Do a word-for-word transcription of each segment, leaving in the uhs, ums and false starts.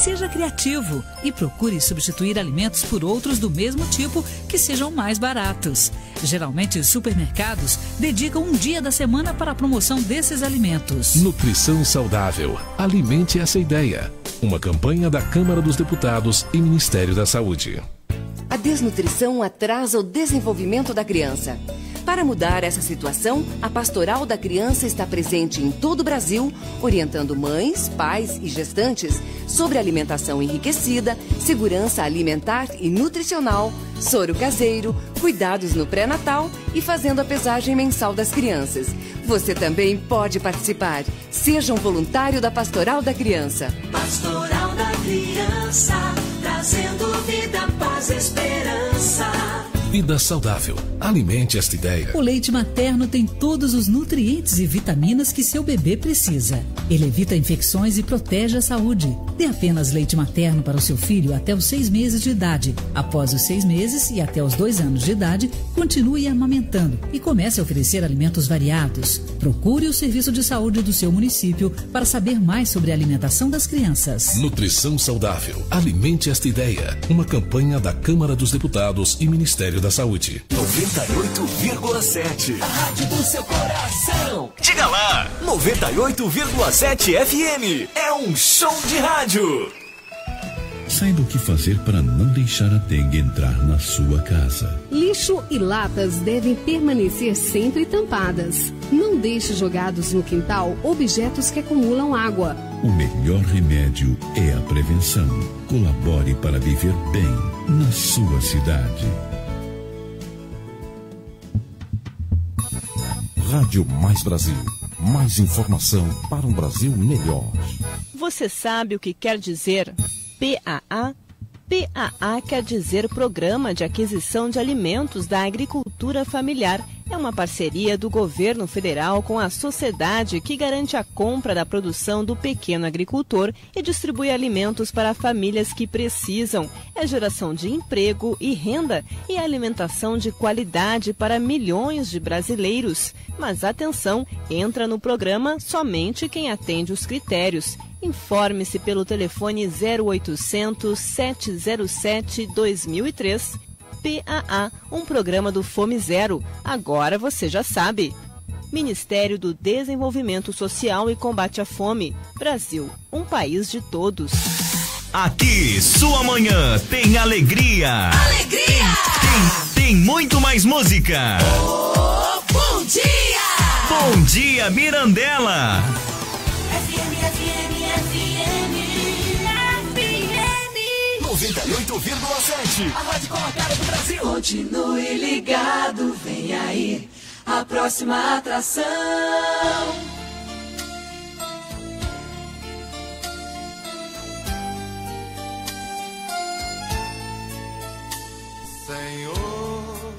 Seja criativo e procure substituir alimentos por outros do mesmo tipo que sejam mais baratos. Geralmente, os supermercados dedicam um dia da semana para a promoção desses alimentos. Nutrição saudável. Alimente essa ideia. Uma campanha da Câmara dos Deputados e Ministério da Saúde. A desnutrição atrasa o desenvolvimento da criança. Para mudar essa situação, a Pastoral da Criança está presente em todo o Brasil, orientando mães, pais e gestantes sobre alimentação enriquecida, segurança alimentar e nutricional, soro caseiro, cuidados no pré-natal e fazendo a pesagem mensal das crianças. Você também pode participar. Seja um voluntário da Pastoral da Criança. Pastoral da Criança, trazendo vida, paz e esperança. Vida saudável. Alimente esta ideia. O leite materno tem todos os nutrientes e vitaminas que seu bebê precisa. Ele evita infecções e protege a saúde. Dê apenas leite materno para o seu filho até os seis meses de idade. Após os seis meses e até os dois anos de idade, continue amamentando e comece a oferecer alimentos variados. Procure o serviço de saúde do seu município para saber mais sobre a alimentação das crianças. Nutrição saudável. Alimente esta ideia. Uma campanha da Câmara dos Deputados e Ministério da Saúde. noventa e oito vírgula sete. A rádio do seu coração. Diga lá, noventa e oito vírgula sete F M. É um show de rádio. Saiba o que fazer para não deixar a dengue entrar na sua casa. Lixo e latas devem permanecer sempre tampadas. Não deixe jogados no quintal objetos que acumulam água. O melhor remédio é a prevenção. Colabore para viver bem na sua cidade. Rádio Mais Brasil. Mais informação para um Brasil melhor. Você sabe o que quer dizer P A A? P A A quer dizer Programa de Aquisição de Alimentos da Agricultura Familiar. É uma parceria do governo federal com a sociedade que garante a compra da produção do pequeno agricultor e distribui alimentos para famílias que precisam. É geração de emprego e renda e alimentação de qualidade para milhões de brasileiros. Mas atenção, entra no programa somente quem atende os critérios. Informe-se pelo telefone zero oitocentos, sete zero sete, dois mil e três. P A A, um programa do Fome Zero. Agora você já sabe. Ministério do Desenvolvimento Social e Combate à Fome. Brasil, um país de todos. Aqui, sua manhã tem alegria. Alegria! Tem, tem muito mais música. Oh, bom dia! Bom dia, Mirandela. F M, F M, F M. noventa e oito vírgula sete. A rádio com a cara do Brasil. Continue ligado, vem aí a próxima atração. Senhor.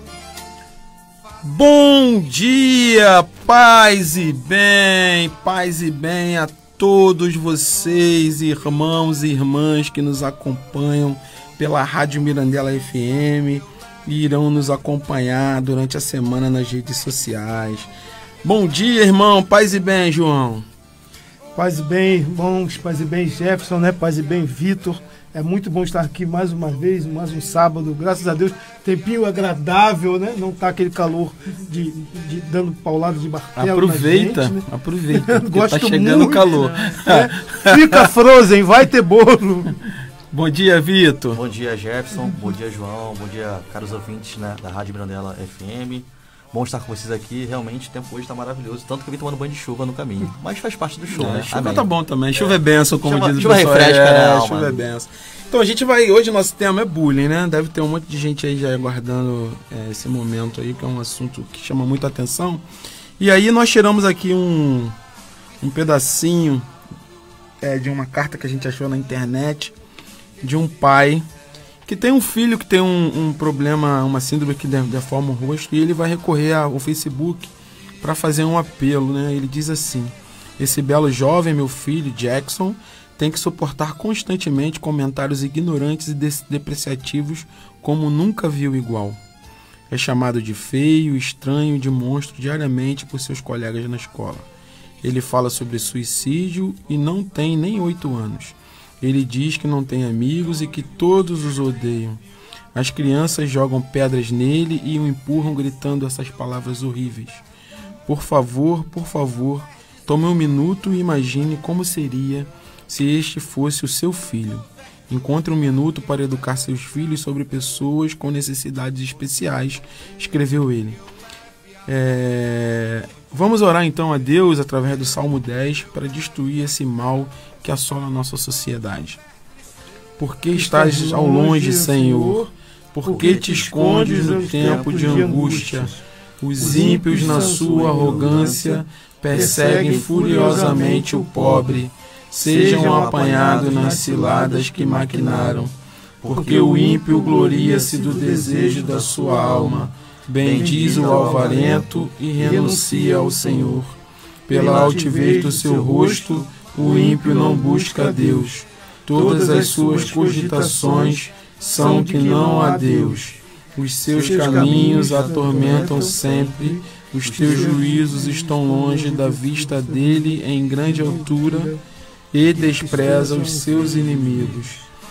Bom dia, paz e bem, paz e bem a todos vocês, irmãos e irmãs que nos acompanham pela Rádio Mirandela F M e irão nos acompanhar durante a semana nas redes sociais. Bom dia, irmão, paz e bem, João. Paz e bem, irmãos, paz e bem, Jefferson, né? Paz e bem, Vitor. É muito bom estar aqui mais uma vez, mais um sábado, graças a Deus, tempinho agradável, né? Não tá aquele calor de, de dando paulada de martelo. Aproveita, gente, né? aproveita, Gosto tá chegando muito, o calor. Né? Fica frozen, vai ter bolo. Bom dia, Vitor. Bom dia, Jefferson. Bom dia, João. Bom dia, caros ouvintes, né, da Rádio Mirandela F M. Bom estar com vocês aqui. Realmente, o tempo hoje está maravilhoso. Tanto que eu vim tomando banho de chuva no caminho. Mas faz parte do show, é, né? Chuva Amém. Tá bom também. Chuva é, é bênção, como chuva, diz o chuva pessoal. refresca, é, né, alma. Chuva é bênção. Então, a gente vai... Hoje, nosso tema é bullying, né? Deve ter um monte de gente aí já aguardando é, esse momento aí, que é um assunto que chama muita atenção. E aí, nós tiramos aqui um, um pedacinho é, de uma carta que a gente achou na internet de um pai que tem um filho que tem um, um problema, uma síndrome que deforma o rosto, e ele vai recorrer ao Facebook para fazer um apelo, né? Ele diz assim: esse belo jovem, meu filho, Jackson, tem que suportar constantemente comentários ignorantes e depreciativos como nunca viu igual. É chamado de feio, estranho, de monstro diariamente por seus colegas na escola. Ele fala sobre suicídio e não tem nem oito anos. Ele diz que não tem amigos e que todos os odeiam. As crianças jogam pedras nele e o empurram gritando essas palavras horríveis. Por favor, por favor, tome um minuto e imagine como seria se este fosse o seu filho. Encontre um minuto para educar seus filhos sobre pessoas com necessidades especiais, escreveu ele. É... Vamos orar então a Deus através do Salmo dez para destruir esse mal que assola a nossa sociedade. Por que estás ao longe, Senhor? Por que te escondes no tempo de angústia? Os ímpios, na sua arrogância, perseguem furiosamente o pobre. Sejam apanhados nas ciladas que maquinaram. Porque o ímpio gloria-se do desejo da sua alma. Bendiz o alvarento e renuncia ao Senhor. Pela altivez do seu rosto, o ímpio não busca a Deus. Todas as suas cogitações são que não há Deus. Os seus caminhos atormentam sempre, os teus juízos estão longe da vista dele em grande altura, e despreza os seus inimigos.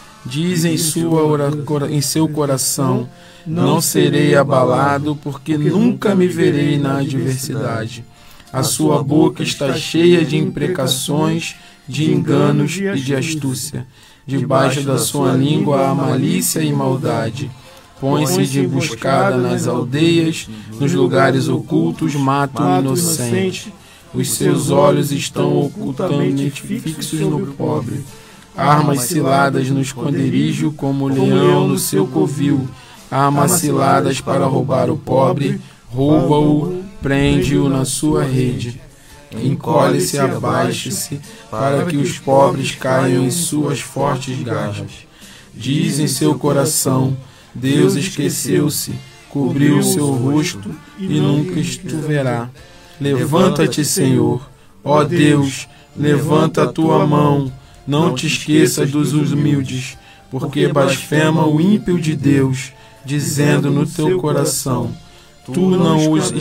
Diz em, sua ora, em seu coração, não serei abalado, porque nunca me verei na adversidade. A sua boca está cheia de imprecações, de enganos e de astúcia. Debaixo da sua língua há malícia e maldade. Põe-se de emboscada nas aldeias, nos lugares ocultos mata o inocente. Os seus olhos estão ocultamente fixos no pobre. Armas ciladas no esconderijo, como o leão no seu covil. Armas ciladas para roubar o pobre, rouba-o, prende-o na sua rede. Encolhe-se, abaixe-se, para que os pobres caiam em suas fortes garras. Diz em seu coração, Deus esqueceu-se, cobriu seu rosto e nunca estuverá. Levanta-te, Senhor, ó Deus, levanta a tua mão, não te esqueças dos humildes, porque blasfema o ímpio de Deus, dizendo no teu coração, tu não os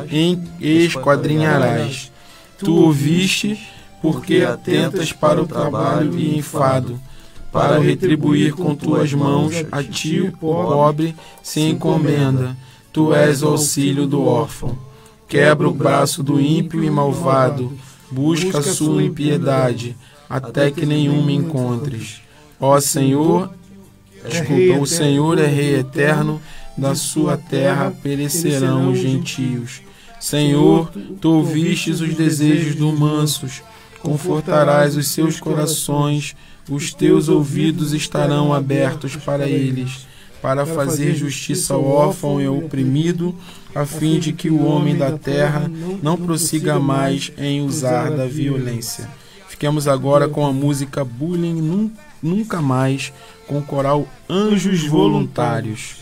esquadrinharás. Tu ouviste, porque atentas para o trabalho e enfado, para retribuir com tuas mãos a ti o pobre se encomenda. Tu és o auxílio do órfão. Quebra o braço do ímpio e malvado, busca a sua impiedade, até que nenhum me encontres. Ó Senhor, desculpa, o Senhor é Rei eterno, da sua terra perecerão os gentios. Senhor, tu ouvistes os desejos dos mansos, confortarás os seus corações, os teus ouvidos estarão abertos para eles, para fazer justiça ao órfão e ao oprimido, a fim de que o homem da terra não prossiga mais em usar da violência. Fiquemos agora com a música Bullying Nunca Mais, com o coral Anjos Voluntários.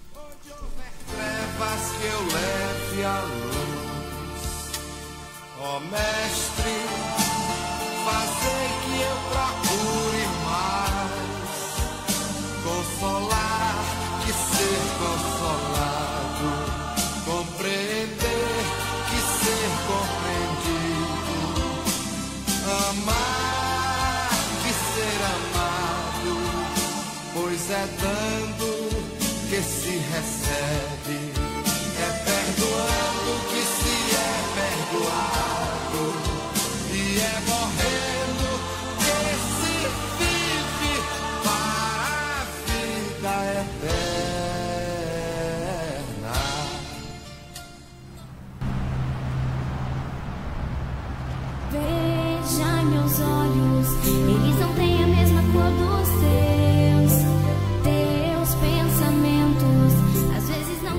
Ó Mestre, fazei que eu procure mais consolar que ser consolado, compreender que ser compreendido, amar que ser amado, pois é dando que se recebe, é perdoando que se é perdoado, e é morrendo que se vive para a vida eterna. Veja em meus olhos, eles não têm a mesma cor dos teus. Teus pensamentos às vezes não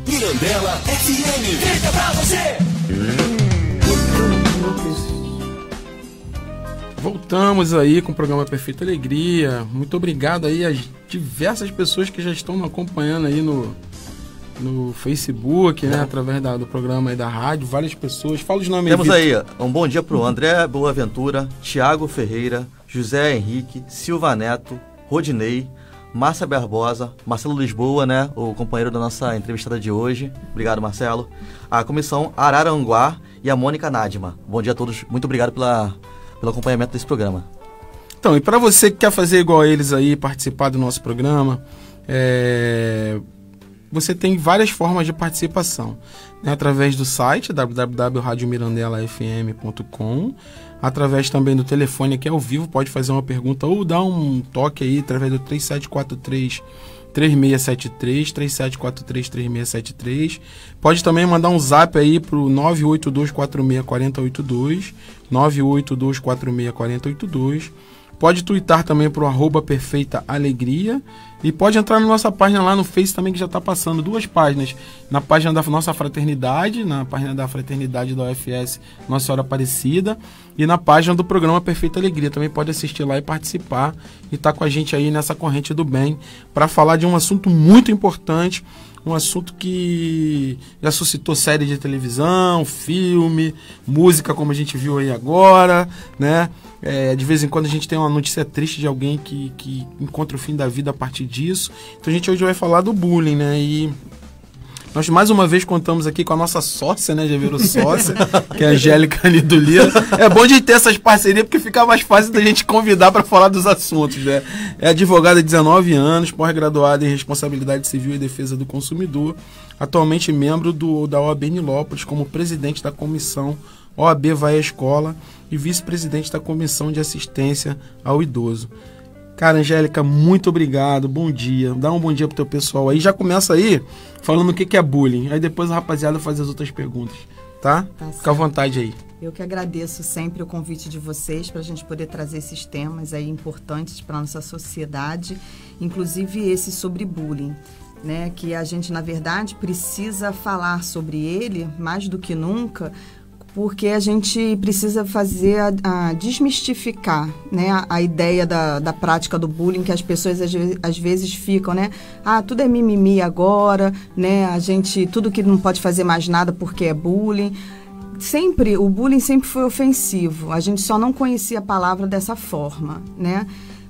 Mirandela F M. Fica pra você! Voltamos aí com o programa Perfeita Alegria. Muito obrigado aí às diversas pessoas que já estão me acompanhando aí no, no Facebook, né? Através da, do programa aí da rádio. Várias pessoas. Fala os nomes Temos aí. aí um bom dia pro André Boaventura, Tiago Ferreira, José Henrique, Silva Neto, Rodinei, Márcia Barbosa, Marcelo Lisboa, né? O companheiro da nossa entrevistada de hoje. Obrigado, Marcelo. A comissão Araranguá e a Mônica Nadima. Bom dia a todos. Muito obrigado pela... pelo acompanhamento desse programa. Então, e para você que quer fazer igual a eles aí, participar do nosso programa, é... você tem várias formas de participação, né? Através do site w w w ponto rádio mirandela f m ponto com, através também do telefone aqui ao vivo, pode fazer uma pergunta ou dar um toque aí através do três sete quatro três, três seis sete três, três sete quatro três, três seis sete três. Pode também mandar um zap aí pro nove oito dois quatro seis quatro zero oito dois, nove oito dois quatro seis quatro zero oito dois. Pode twittar também pro arroba Perfeita Alegria. E pode entrar na nossa página lá no Face também, que já está passando duas páginas. Na página da nossa fraternidade, na página da fraternidade da U F S Nossa Senhora Aparecida. E na página do programa Perfeita Alegria. Também pode assistir lá e participar. E estar tá com a gente aí nessa corrente do bem. Para falar de um assunto muito importante. Um assunto que já suscitou série de televisão, filme, música, como a gente viu aí agora, né? É, de vez em quando a gente tem uma notícia triste de alguém que, que encontra o fim da vida a partir disso. Então a gente hoje vai falar do bullying, né? E nós mais uma vez contamos aqui com a nossa sócia, né? Já virou sócia, que é a Angélica Nidolira. É bom de ter essas parcerias porque fica mais fácil da gente convidar para falar dos assuntos, né? É advogada de dezenove anos, pós-graduada em Responsabilidade Civil e Defesa do Consumidor, atualmente membro do, da O A B Nilópolis como presidente da comissão O A B Vai à Escola e vice-presidente da Comissão de Assistência ao Idoso. Cara, Angélica, muito obrigado, bom dia. Dá um bom dia pro teu pessoal aí. Já começa aí falando o que, que é bullying. Aí depois a rapaziada faz as outras perguntas, tá? Tá. Fica à vontade aí. Eu que agradeço sempre o convite de vocês para a gente poder trazer esses temas aí importantes para a nossa sociedade, inclusive esse sobre bullying, né? Que a gente, na verdade, precisa falar sobre ele mais do que nunca, porque a gente precisa fazer a, a desmistificar, né, a, a ideia da, da prática do bullying, que as pessoas às, às vezes ficam, né, ah, tudo é mimimi agora, né, a gente, tudo que não pode fazer mais nada porque é bullying. Sempre, o bullying sempre foi ofensivo, a gente só não conhecia a palavra dessa forma, né,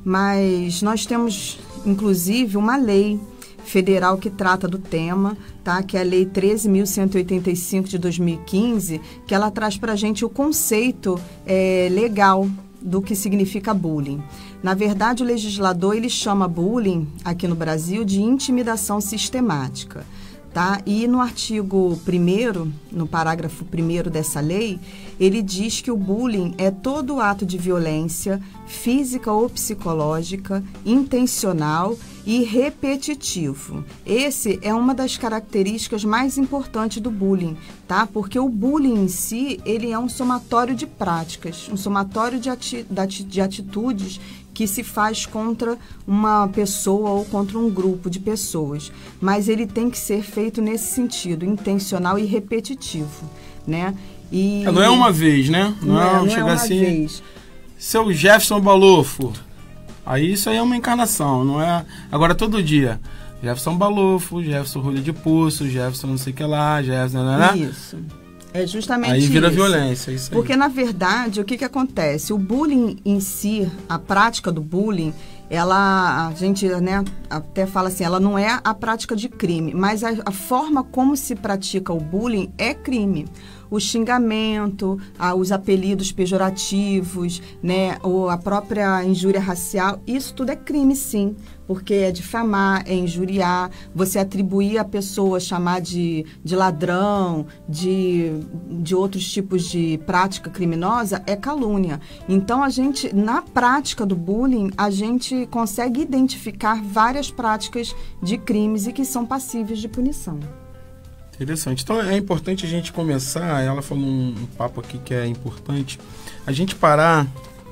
mas nós temos, inclusive, uma lei federal que trata do tema, tá? Que é a Lei treze mil cento e oitenta e cinco de dois mil e quinze, que ela traz para a gente o conceito é, legal do que significa bullying. Na verdade, o legislador ele chama bullying, aqui no Brasil, de intimidação sistemática. Tá? E no artigo primeiro, no parágrafo primeiro dessa lei, ele diz que o bullying é todo ato de violência física ou psicológica, intencional e repetitivo. Esse é uma das características mais importantes do bullying, tá? Porque o bullying em si, ele é um somatório de práticas, um somatório de, ati- de atitudes que se faz contra uma pessoa ou contra um grupo de pessoas. Mas ele tem que ser feito nesse sentido, intencional e repetitivo, né? E... É, não é uma vez, né? Não, não é, não chegar é uma assim, vez. Seu Jefferson Balofo. Aí isso aí é uma encarnação, não é? Agora todo dia. Jefferson Balofo, Jefferson Rolho de Pulso, Jefferson não sei o que lá, Jefferson... Né? Isso. É justamente aí vira isso. violência, isso aí. Porque, na verdade, o que, que acontece? O bullying em si, a prática do bullying, ela, a gente, né, até fala assim, ela não é a prática de crime, mas a, a forma como se pratica o bullying é crime. O xingamento, a, os apelidos pejorativos, né, ou a própria injúria racial, isso tudo é crime, sim, porque é difamar, é injuriar, você atribuir a pessoa, chamar de, de ladrão, de, de outros tipos de prática criminosa, é calúnia. Então, a gente, na prática do bullying, a gente consegue identificar várias práticas de crimes e que são passíveis de punição. Interessante. Então é importante a gente começar, ela falou um, um papo aqui que é importante, a gente parar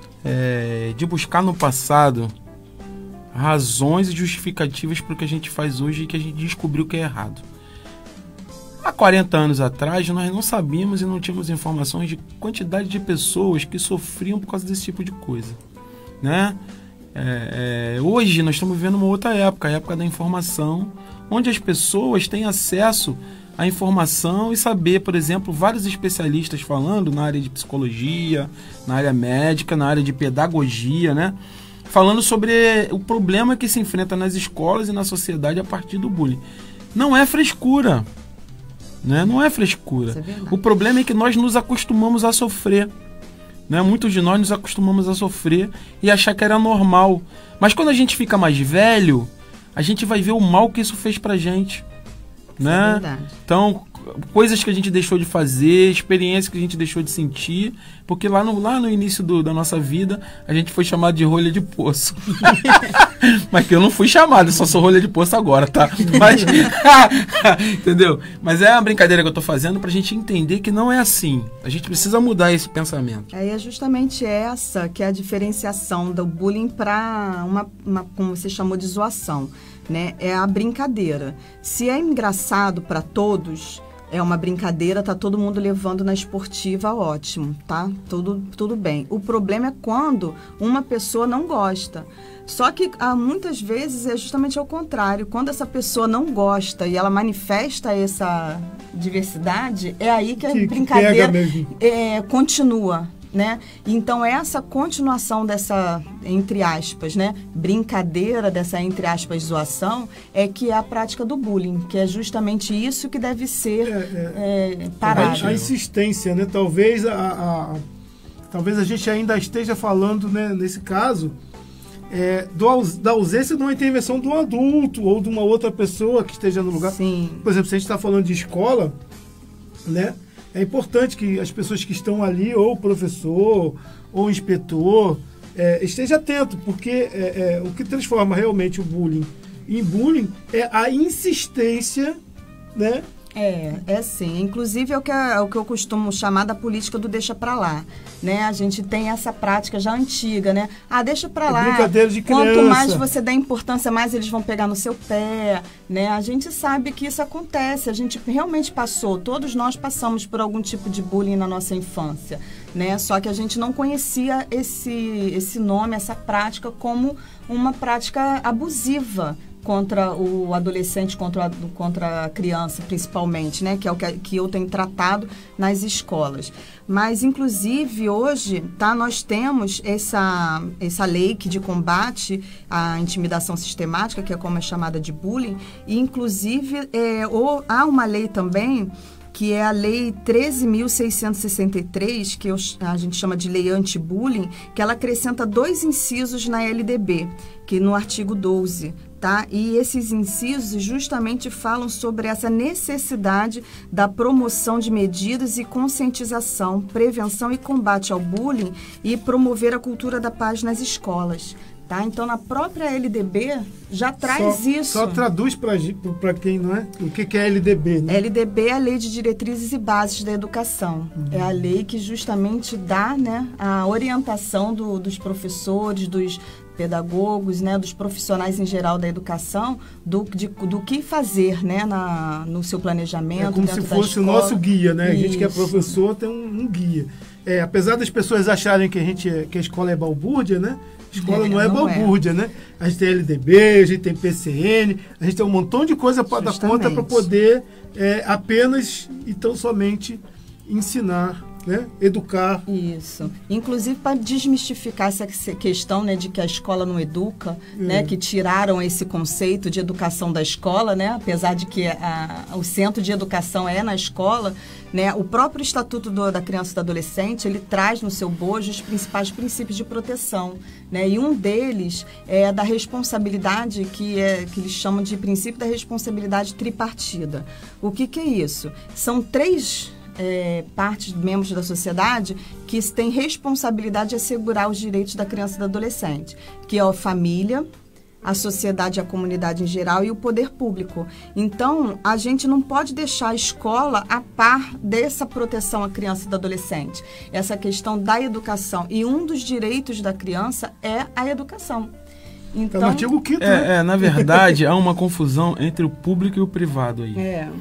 é, de buscar no passado razões e justificativas para o que a gente faz hoje e que a gente descobriu que é errado. Há quarenta anos atrás, nós não sabíamos e não tínhamos informações de quantidade de pessoas que sofriam por causa desse tipo de coisa, né? É, é, hoje nós estamos vivendo uma outra época, a época da informação, onde as pessoas têm acesso à informação e saber, por exemplo, vários especialistas falando na área de psicologia, na área médica, na área de pedagogia, né? Falando sobre o problema que se enfrenta nas escolas e na sociedade a partir do bullying. Não é frescura, né? Não é frescura. É o problema é que nós nos acostumamos a sofrer. Né? Muitos de nós nos acostumamos a sofrer e achar que era normal. Mas quando a gente fica mais velho, a gente vai ver o mal que isso fez pra gente. Né? É verdade. Então, coisas que a gente deixou de fazer, experiências que a gente deixou de sentir, porque lá no, lá no início do, da nossa vida, a gente foi chamado de rolha de poço. Mas que eu não fui chamado, eu só sou rolha de poço agora, tá? Mas, entendeu? Mas é uma brincadeira que eu tô fazendo pra gente entender que não é assim. A gente precisa mudar esse pensamento. É, é justamente essa que é a diferenciação do bullying para uma, uma, como você chamou de zoação, né? É a brincadeira. Se é engraçado para todos, é uma brincadeira, tá todo mundo levando na esportiva, ótimo, tá? Tudo, tudo bem. O problema é quando uma pessoa não gosta. Só que ah, muitas vezes é justamente ao contrário. Quando essa pessoa não gosta e ela manifesta essa diversidade, é aí que a que, brincadeira que é, continua. Né? Então, essa continuação dessa, entre aspas, né, brincadeira, dessa, entre aspas, zoação, é que é a prática do bullying, que é justamente isso que deve ser é, é, é, parado. A, a insistência, né? Talvez a, a, talvez a gente ainda esteja falando, né, nesse caso, é, do, da ausência de uma intervenção de um adulto ou de uma outra pessoa que esteja no lugar. Sim. Por exemplo, se a gente está falando de escola, né? É importante que as pessoas que estão ali, ou o professor, ou o inspetor, é, esteja atento, porque é, é, o que transforma realmente o bullying em bullying é a insistência, né? É, é sim. Inclusive é o que, é o que eu costumo chamar da política do deixa pra lá, né? A gente tem essa prática já antiga, né? Ah, deixa pra lá. Brincadeira de criança. Quanto mais você der importância, mais eles vão pegar no seu pé, né? A gente sabe que isso acontece, a gente realmente passou, todos nós passamos por algum tipo de bullying na nossa infância, né? Só que a gente não conhecia esse, esse nome, essa prática como uma prática abusiva contra o adolescente, contra a, contra a criança, principalmente, né? Que é o que, que eu tenho tratado nas escolas. Mas, inclusive, hoje, tá, nós temos essa, essa lei que de combate à intimidação sistemática, que é como é chamada de bullying, e, inclusive, é, ou, há uma lei também, que é a Lei treze mil seiscentos e sessenta e três, que eu, a gente chama de Lei Anti-Bullying, que ela acrescenta dois incisos na L D B, que no artigo doze, tá? E esses incisos justamente falam sobre essa necessidade da promoção de medidas e conscientização, prevenção e combate ao bullying e promover a cultura da paz nas escolas. Tá? Então, na própria L D B já traz só, isso. Só traduz para quem não é? O que, que é L D B? Né? L D B é a Lei de Diretrizes e Bases da Educação. Uhum. É a lei que justamente dá, né, a orientação do, dos professores, dos pedagogos, né, dos profissionais em geral da educação, do, de, do que fazer, né, na, no seu planejamento. É como dentro se fosse da o nosso guia, né? Isso. A gente que é professor tem um, um guia. É, apesar das pessoas acharem que, a gente é, que a escola é balbúrdia, né? A escola é, não é não balbúrdia, é. né? A gente tem L D B, a gente tem P C N, a gente tem um montão de coisa para dar conta para poder é, apenas e tão somente ensinar, né? Educar. Isso. Inclusive para desmistificar essa questão, né, de que a escola não educa, é. né? Que tiraram esse conceito de educação da escola, né? Apesar de que a, o centro de educação é na escola, né? O próprio Estatuto do, da Criança e do Adolescente, ele traz no seu bojo os principais princípios de proteção, né? E um deles é da responsabilidade, que, é, que eles chamam de princípio da responsabilidade tripartida. O que, que é isso? São três é, partes, membros da sociedade, que têm responsabilidade de assegurar os direitos da criança e do adolescente, que é a família, a sociedade e a comunidade em geral e o poder público. Então, a gente não pode deixar a escola a par dessa proteção à criança e do adolescente. Essa questão da educação. E um dos direitos da criança é a educação. Então, é no artigo quinto, é, né? é, na verdade, há uma confusão entre o público e o privado aí. É.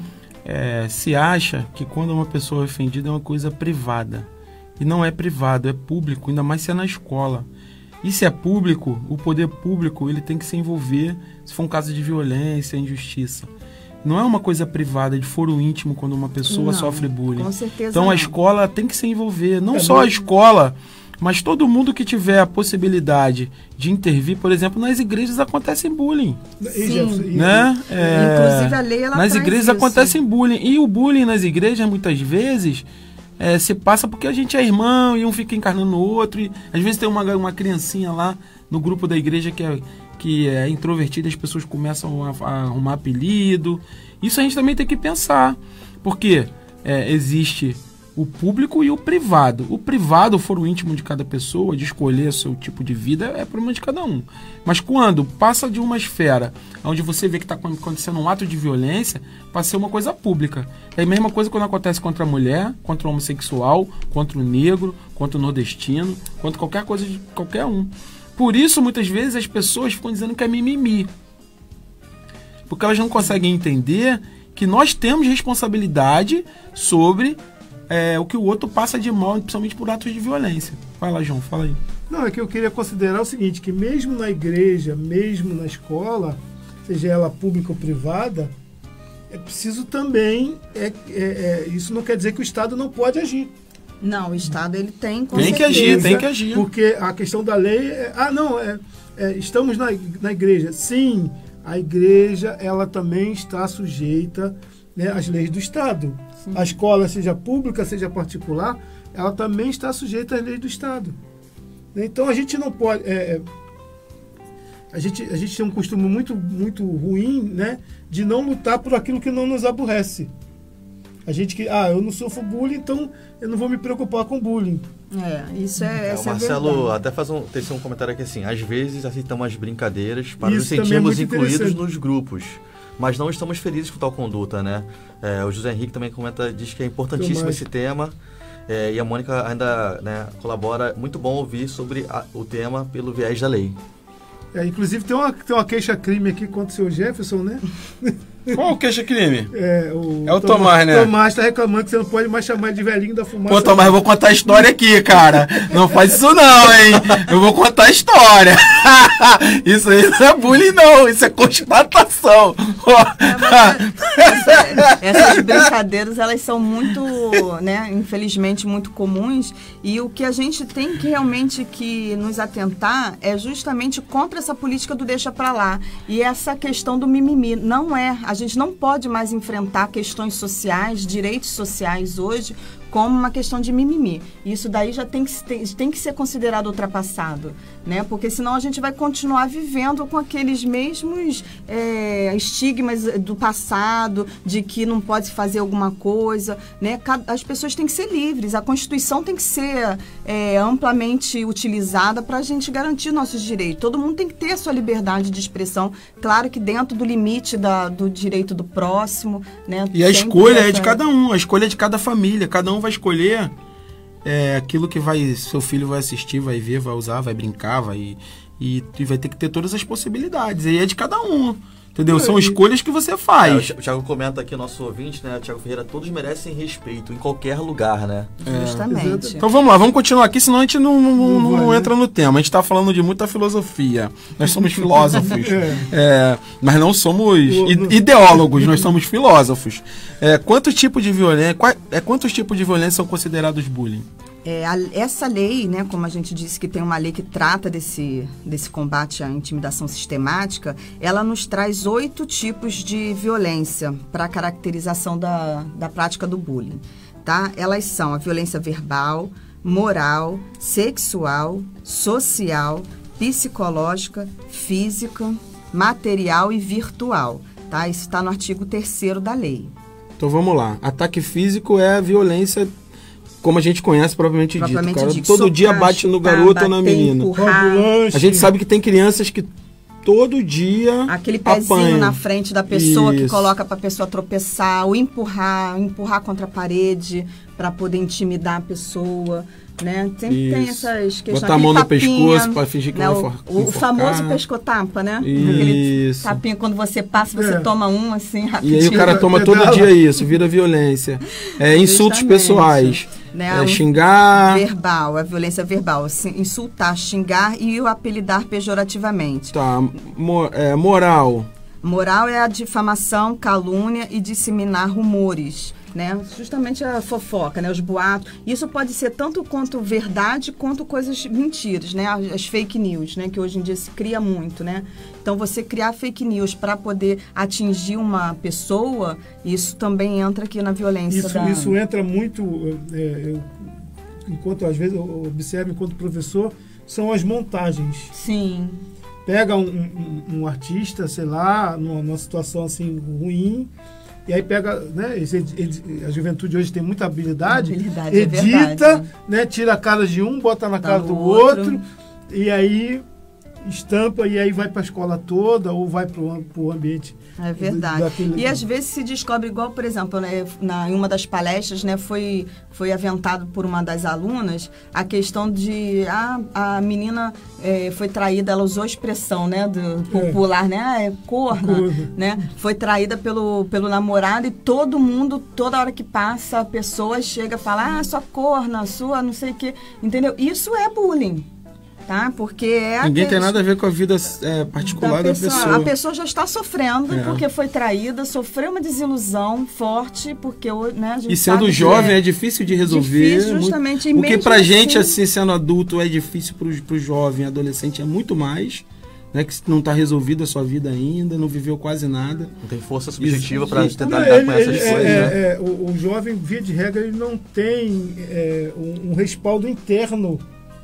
é, se acha que quando uma pessoa é ofendida é uma coisa privada. E não é privado, é público, ainda mais se é na escola. E se é público, o poder público ele tem que se envolver se for um caso de violência, injustiça. Não é uma coisa privada, de foro íntimo, quando uma pessoa não, sofre bullying. Com certeza então não. a escola tem que se envolver, não é só muito... a escola, mas todo mundo que tiver a possibilidade de intervir. Por exemplo, nas igrejas acontece bullying. Sim. Né? É, Inclusive a lei, ela nas traz igrejas isso. acontece bullying. E o bullying nas igrejas, muitas vezes, é, se passa porque a gente é irmão e um fica encarnando o outro. E, às vezes tem uma, uma criancinha lá no grupo da igreja que é, que é introvertida, as pessoas começam a, a arrumar apelido. Isso a gente também tem que pensar. Porque é, existe o público e o privado. O privado, o foro íntimo de cada pessoa, de escolher o seu tipo de vida, é problema de cada um. Mas quando passa de uma esfera onde você vê que está acontecendo um ato de violência, passa a ser uma coisa pública. É a mesma coisa quando acontece contra a mulher, contra o homossexual, contra o negro, contra o nordestino, contra qualquer coisa de qualquer um. Por isso, muitas vezes, as pessoas ficam dizendo que é mimimi. Porque elas não conseguem entender que nós temos responsabilidade sobre É, o que o outro passa de mal, principalmente por atos de violência. Vai lá, João, fala aí. Não, é que eu queria considerar o seguinte, que mesmo na igreja, mesmo na escola, seja ela pública ou privada, é preciso também, é, é, é, isso não quer dizer que o Estado não pode agir. Não, o Estado ele tem com Tem que agir, tem que agir. Porque a questão da lei, é, ah não, é, é, estamos na, na igreja. Sim, a igreja ela também está sujeita, né, às leis do Estado. Sim. A escola, seja pública, seja particular, ela também está sujeita às leis do Estado. Então a gente não pode... É, a, gente, a gente tem um costume muito, muito ruim, né, de não lutar por aquilo que não nos aborrece. A gente que, ah, eu não sofro bullying, então eu não vou me preocupar com bullying. É, isso é, é essa o Marcelo é até faz um, tem um comentário aqui assim, às vezes aceitamos as brincadeiras para isso nos sentirmos é incluídos nos grupos, mas não estamos felizes com tal conduta, né? É, o José Henrique também comenta, diz que é importantíssimo esse tema, é, e a Mônica ainda, né, colabora, muito bom ouvir sobre a, o tema pelo viés da lei. É, inclusive tem uma, tem uma queixa-crime aqui contra o seu Jefferson, né? Qual o queixa-crime? É o, é o Tomás, Tomás, né? Tomás tá reclamando que você não pode mais chamar ele de velhinho da fumaça. Pô, Tomás, eu vou contar a história aqui, cara. Não faz isso não, hein? Eu vou contar a história. Isso aí não é bullying, não. Isso é constatação. É, essa, essas brincadeiras, elas são muito, né, infelizmente, muito comuns. E o que a gente tem que realmente que nos atentar é justamente contra essa política do deixa pra lá. E essa questão do mimimi. Não é, a gente não pode mais enfrentar questões sociais, direitos sociais hoje, como uma questão de mimimi. Isso daí já tem que, tem, tem que ser considerado ultrapassado, né? Porque senão a gente vai continuar vivendo com aqueles mesmos é, estigmas do passado, de que não pode fazer alguma coisa, né? As pessoas têm que ser livres, a Constituição tem que ser é, amplamente utilizada para a gente garantir nossos direitos. Todo mundo tem que ter a sua liberdade de expressão, claro que dentro do limite da, do direito do próximo, né? E a escolha essa... é de cada um, a escolha é de cada família, cada um vai escolher é, aquilo que vai, seu filho vai assistir, vai ver, vai usar, vai brincar, vai, e, e vai ter que ter todas as possibilidades. E é de cada um, entendeu? São escolhas que você faz. É, o Thiago comenta aqui, nosso ouvinte, né? Thiago Ferreira, todos merecem respeito em qualquer lugar, né? É. Justamente. Então vamos lá, vamos continuar aqui, senão a gente não, não, não, não, não entra no tema. A gente está falando de muita filosofia. Nós somos filósofos, é. É, mas não somos ideólogos, nós somos filósofos. É, quantos tipos de violência, qual, é, quantos tipos de violência são considerados bullying? É, a, essa lei, né, como a gente disse que tem uma lei que trata desse, desse combate à intimidação sistemática, ela nos traz oito tipos de violência para a caracterização da, da prática do bullying. Tá? Elas são a violência verbal, moral, sexual, social, psicológica, física, material e virtual. Tá? Isso está no artigo terceiro da lei. Então vamos lá. Ataque físico é a violência... Como a gente conhece, propriamente, propriamente dito. Cara, dito. Todo socar, dia bate no garoto ou na menina. Empurrar. A gente sabe que tem crianças que todo dia aquele pezinho apanha. na frente da pessoa Isso. que coloca para a pessoa tropeçar, ou empurrar, empurrar contra a parede para poder intimidar a pessoa, né? Sempre Isso. tem essas questões. Botar a mão no tapinha, pescoço para fingir que né? vai O, for, o, o famoso enforcar. pescotapa, né? Isso. Aquele tapinha, quando você passa, você É. toma um assim, E rapidinho. aí o cara toma todo dia isso, vira violência. É, insultos Justamente. pessoais. Né? É, Um xingar. Verbal, a violência verbal. Assim, insultar, xingar e o apelidar pejorativamente. Tá, mo- é, moral. Moral é a difamação, calúnia e disseminar rumores, né? Justamente a fofoca, né? Os boatos. Isso pode ser tanto quanto verdade quanto coisas mentiras, né? As, as fake news, né? Que hoje em dia se cria muito, né? Então, você criar fake news para poder atingir uma pessoa, isso também entra aqui na violência. Isso, da... isso entra muito, é, eu, enquanto às vezes eu observo enquanto professor, são as montagens. Sim. Pega um, um, um artista, sei lá, numa, numa situação assim ruim, e aí pega, né, esse, ed- a juventude hoje tem muita habilidade, Habilidade, é edita, verdade. né, tira a cara de um, bota na Tá cara no do outro. outro, e aí estampa, e aí vai para a escola toda, ou vai para o ambiente. É verdade. daquele- E às vezes se descobre igual, por exemplo, né, na, em uma das palestras, né, foi, foi aventado por uma das alunas a questão de ah, a menina eh, foi traída, ela usou a expressão, né, do popular, né, ah, é corna, Corna. né, foi traída pelo, pelo namorado, e todo mundo, toda hora que passa, a pessoa chega e fala, ah, sua corna, sua não sei o quê, entendeu? Isso é bullying. Tá? Porque é Ninguém aqueles- tem nada a ver com a vida é, particular da pessoa. A pessoa já está sofrendo É. porque foi traída, sofreu uma desilusão forte, porque né, a gente E sendo sabe jovem que é difícil de resolver. Difícil, muito- justamente. E O que mesmo pra gente, assim- assim, sendo adulto, é difícil pro, pro jovem, adolescente, é muito mais. Né, que não está resolvida a sua vida ainda, não viveu quase nada. Não tem força subjetiva para Isso. tentar Não, lidar ele- com essas ele- coisas, é, né? é, o, o jovem, via de regra, ele não tem é, um, um respaldo interno.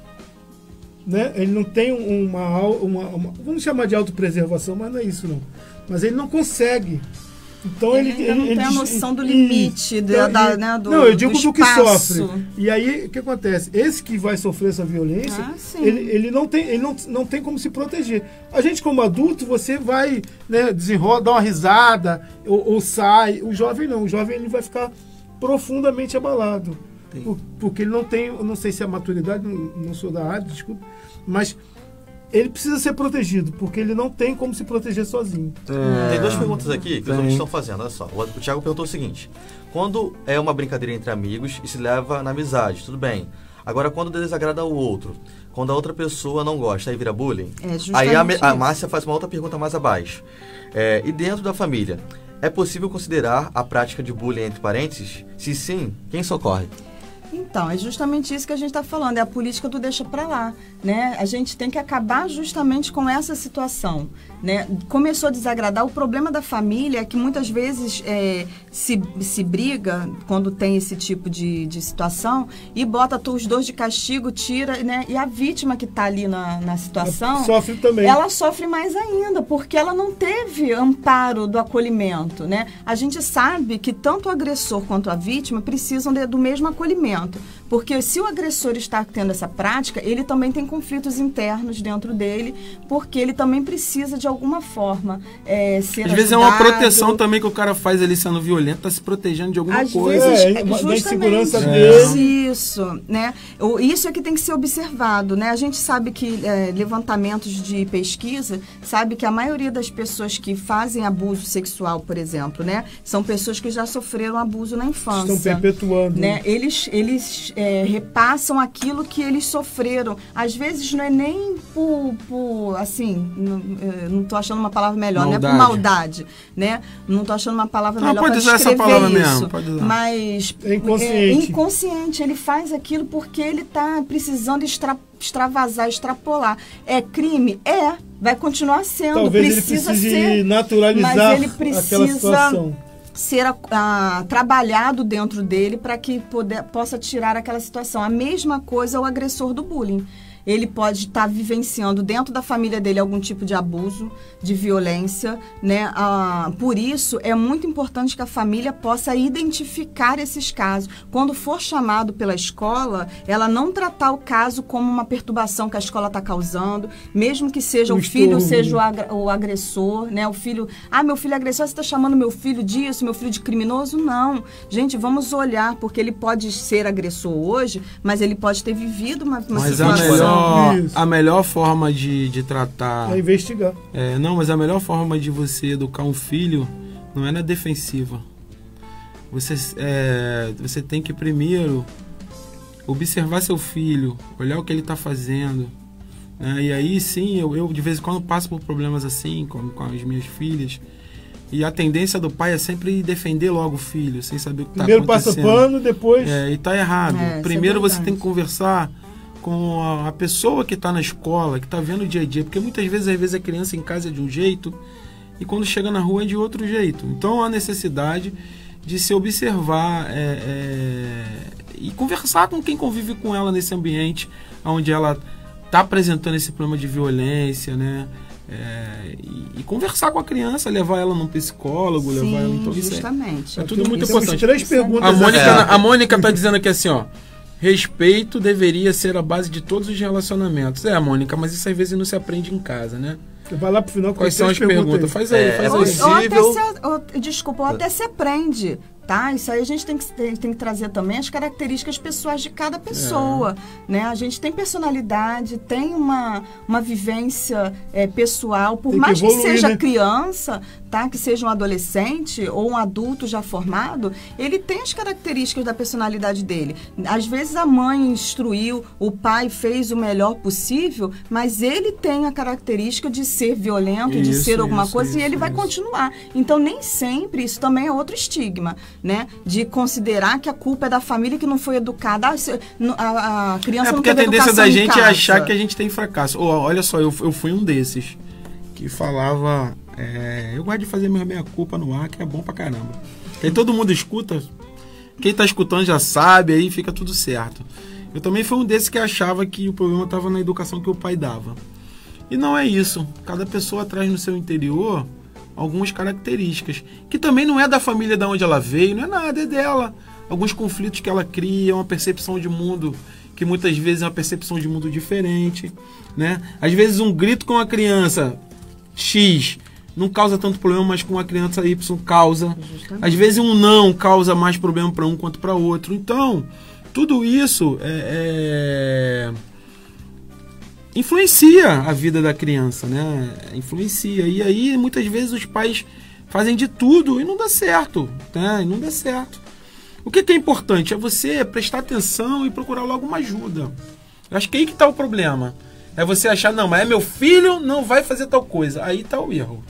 Né? Ele não tem uma, au- uma, uma- vamos chamar de autopreservação, mas não é isso não. Mas ele não consegue. Então Ele ele, ainda não ele, tem a ele- noção do ele- limite, da- Não, da- e- né, do- não, eu digo do do, que espaço. sofre. E aí o que acontece? Esse que vai sofrer essa violência, Ah, sim. ele, ele não tem, ele não, não tem como se proteger. A gente como adulto, você vai, né, desenrola, dá uma risada ou, ou sai. O jovem não, o jovem ele vai ficar profundamente abalado. Por- porque ele não tem, eu não sei se é a maturidade, não, não sou da área, desculpa, mas ele precisa ser protegido, porque ele não tem como se proteger sozinho. Tem duas perguntas aqui que os Tem. ouvintes estão fazendo, olha só. O Thiago perguntou o seguinte: quando é uma brincadeira entre amigos e se leva na amizade, tudo bem. Agora, quando desagrada o outro, quando a outra pessoa não gosta, aí vira bullying? É justamente Aí a, me- a isso. Márcia faz uma outra pergunta mais abaixo. É, e dentro da família, é possível considerar a prática de bullying entre parentes? Se sim, quem socorre? Então, é justamente isso que a gente está falando, é a política do deixa para lá, né? A gente tem que acabar justamente com essa situação, né? Começou a desagradar, o problema da família é que muitas vezes é, se, se briga quando tem esse tipo de, de situação e bota os dois de castigo, tira, né? E a vítima que está ali na, na situação... Sofre também. Ela sofre mais ainda, porque ela não teve amparo do acolhimento, né? A gente sabe que tanto o agressor quanto a vítima precisam de, do mesmo acolhimento. Porque se o agressor está tendo essa prática, ele também tem conflitos internos dentro dele, porque ele também precisa, de alguma forma, é, ser Às vezes é uma ajudado. proteção também que o cara faz ali sendo violento, tá se protegendo de alguma Às coisa. vezes, É, uma- da justamente insegurança isso, dele. isso, né? O- Isso é que tem que ser observado, né? A gente sabe que é, levantamentos de pesquisa, sabe que a maioria das pessoas que fazem abuso sexual, por exemplo, né? São pessoas que já sofreram abuso na infância. Estão perpetuando. Né? Eles, eles é, repassam aquilo que eles sofreram. Às vezes não é nem por, por assim, não, é, não tô achando uma palavra melhor, não é por Maldade. maldade, né? Não tô achando uma palavra Não, melhor pode para usar essa descrever palavra isso. mesmo, pode usar. Mas É inconsciente. é inconsciente, ele faz aquilo porque ele está precisando extra, extravasar, extrapolar. É crime? É. Vai continuar sendo. Talvez ele precisa precise ser, naturalizar mas ele aquela precisa situação. ser a- a- trabalhado dentro dele para que poder, possa tirar aquela situação. A mesma coisa é o agressor do bullying. ele pode estar vivenciando dentro da família dele algum tipo de abuso, de violência, né? Ah, por isso, é muito importante que a família possa identificar esses casos. Quando for chamado pela escola, ela não tratar o caso como uma perturbação que a escola está causando, mesmo que seja o, o filho, seja o, agra o agressor, né? O filho, ah, meu filho é agressor, você está chamando meu filho disso, meu filho de criminoso? Não. Gente, vamos olhar, porque ele pode ser agressor hoje, mas ele pode ter vivido uma, uma mas situação. A melhor, a melhor forma de, de tratar... É investigar. É, não, mas a melhor forma de você educar um filho não é na defensiva. Você, é, você tem que primeiro observar seu filho, olhar o que ele está fazendo. Né? E aí sim, eu, eu de vez em quando passo por problemas assim com, com as minhas filhas. E a tendência do pai é sempre defender logo o filho, sem saber o que está acontecendo. Primeiro passa pano, depois... É, e está errado. É, primeiro é você tem que conversar com a, a pessoa que está na escola, que está vendo o dia a dia. Porque muitas vezes, às vezes a criança em casa é de um jeito e quando chega na rua é de outro jeito. Então há necessidade de se observar é, é, e conversar com quem convive com ela nesse ambiente onde ela está apresentando esse problema de violência, né? É, e, e conversar com a criança, levar ela num psicólogo, Sim, levar ela... Então, justamente. Isso é, é tudo muito Temos importante. três perguntas. A Mônica, é. a Mônica tá dizendo aqui assim, ó. Respeito deveria ser a base de todos os relacionamentos. É, Mônica, mas isso às vezes não se aprende em casa, né? Você vai lá pro final. Quais são as perguntas? perguntas? Faz aí, é, faz é aí. possível... Ou até se, ou, desculpa, ou até se aprende, tá? Isso aí a gente tem que, tem, tem que trazer também as características pessoais de cada pessoa, é. né? A gente tem personalidade, tem uma, uma vivência é, pessoal, por tem mais que, evoluir, que seja né? criança, tá? Que seja um adolescente ou um adulto já formado, ele tem as características da personalidade dele. Às vezes a mãe instruiu, o pai fez o melhor possível, mas ele tem a característica de ser violento, Isso, de ser alguma isso, coisa, isso, e ele vai isso. continuar. Então, nem sempre, isso também é outro estigma, né? De considerar que a culpa é da família que não foi educada. Ah, se- no- a, a criança É não porque a teve tendência educação da em gente é casa. achar que a gente tem fracasso. Ô, olha só, eu, eu fui um desses que falava... é, eu gosto de fazer minha meia-culpa no ar, que é bom pra caramba. Aí todo mundo escuta, quem tá escutando já sabe, aí fica tudo certo. Eu também fui um desses que achava que o problema estava na educação que o pai dava. E não é isso. Cada pessoa traz no seu interior algumas características, que também não é da família de onde ela veio, não é nada, é dela. Alguns conflitos que ela cria, uma percepção de mundo que muitas vezes é uma percepção de mundo diferente, né? Às vezes um grito com a criança X não causa tanto problema, mas com a criança Y causa. Justamente. Às vezes um não causa mais problema para um quanto para outro. Então, tudo isso é, é... influencia a vida da criança, né? Influencia. E aí, muitas vezes, os pais fazem de tudo e não dá certo, né? E não dá certo. O que, que é importante? É você prestar atenção e procurar logo uma ajuda. Eu acho que aí que está o problema. É você achar, não, mas é meu filho, não vai fazer tal coisa. Aí está o erro.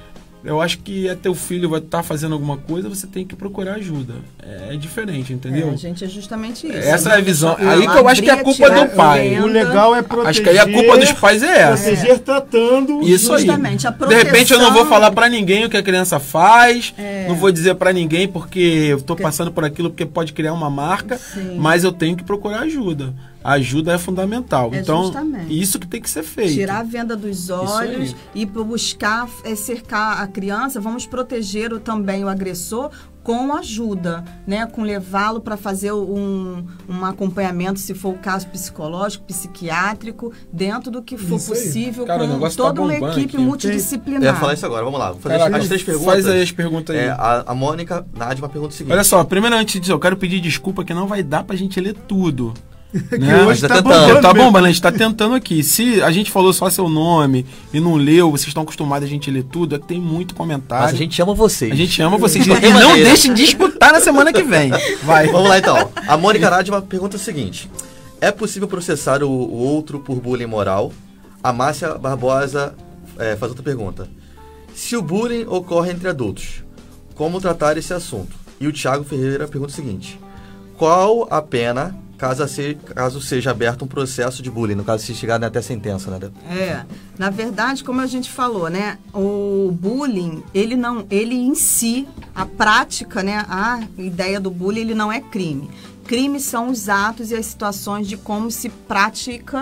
Eu acho que é teu filho vai estar fazendo alguma coisa, você tem que procurar ajuda. É, é diferente, entendeu? É, gente, é justamente isso. Essa é a visão. Ela Aí que eu acho que é a abrir, culpa tirar do pai. venda. O legal é proteger. Acho que aí a culpa dos pais é essa. Proteger tratando. Isso aí. Justamente, a De repente eu não vou proteção- falar pra ninguém o que a criança faz, É. não vou dizer pra ninguém porque eu tô passando por aquilo, porque pode criar uma marca, Sim. mas eu tenho que procurar ajuda. A ajuda é fundamental. É então, justamente. isso que tem que ser feito. Tirar a venda dos olhos e buscar é, cercar a criança, vamos proteger o, também o agressor com ajuda, né? Com levá-lo para fazer um, um acompanhamento, se for o caso psicológico, psiquiátrico, dentro do que for Isso aí. possível, Cara, o com negócio tá toda uma bombando equipe aqui. multidisciplinar. Eu ia falar isso agora, vamos lá. Vou fazer Caraca, as três perguntas. faz aí as perguntas aí. É, a, a Mônica Nádia pergunta o seguinte. Olha só, primeiro antes disso, eu quero pedir desculpa que não vai dar pra gente ler tudo. Que Né? hoje tá tá tentando. bombando. Tá mesmo. bombando, a gente tá tentando aqui. Se a gente falou só seu nome e não leu, vocês estão acostumados a gente ler tudo, é que tem muito comentário. Mas a gente ama vocês. A gente ama vocês. De E qualquer não maneira. deixem de escutar na semana que vem. Vai. Vamos lá então. A Mônica Nádia pergunta o seguinte. É possível processar o, o outro por bullying moral? A Márcia Barbosa é, faz outra pergunta. Se o bullying ocorre entre adultos, como tratar esse assunto? E o Thiago Ferreira pergunta o seguinte. Qual a pena caso, se, caso seja aberto um processo de bullying? No caso, se chegar até a sentença, né? É, na verdade, como a gente falou, né, o bullying, ele não, ele em si, a prática, né, a ideia do bullying, ele não é crime. Crimes são os atos e as situações de como se pratica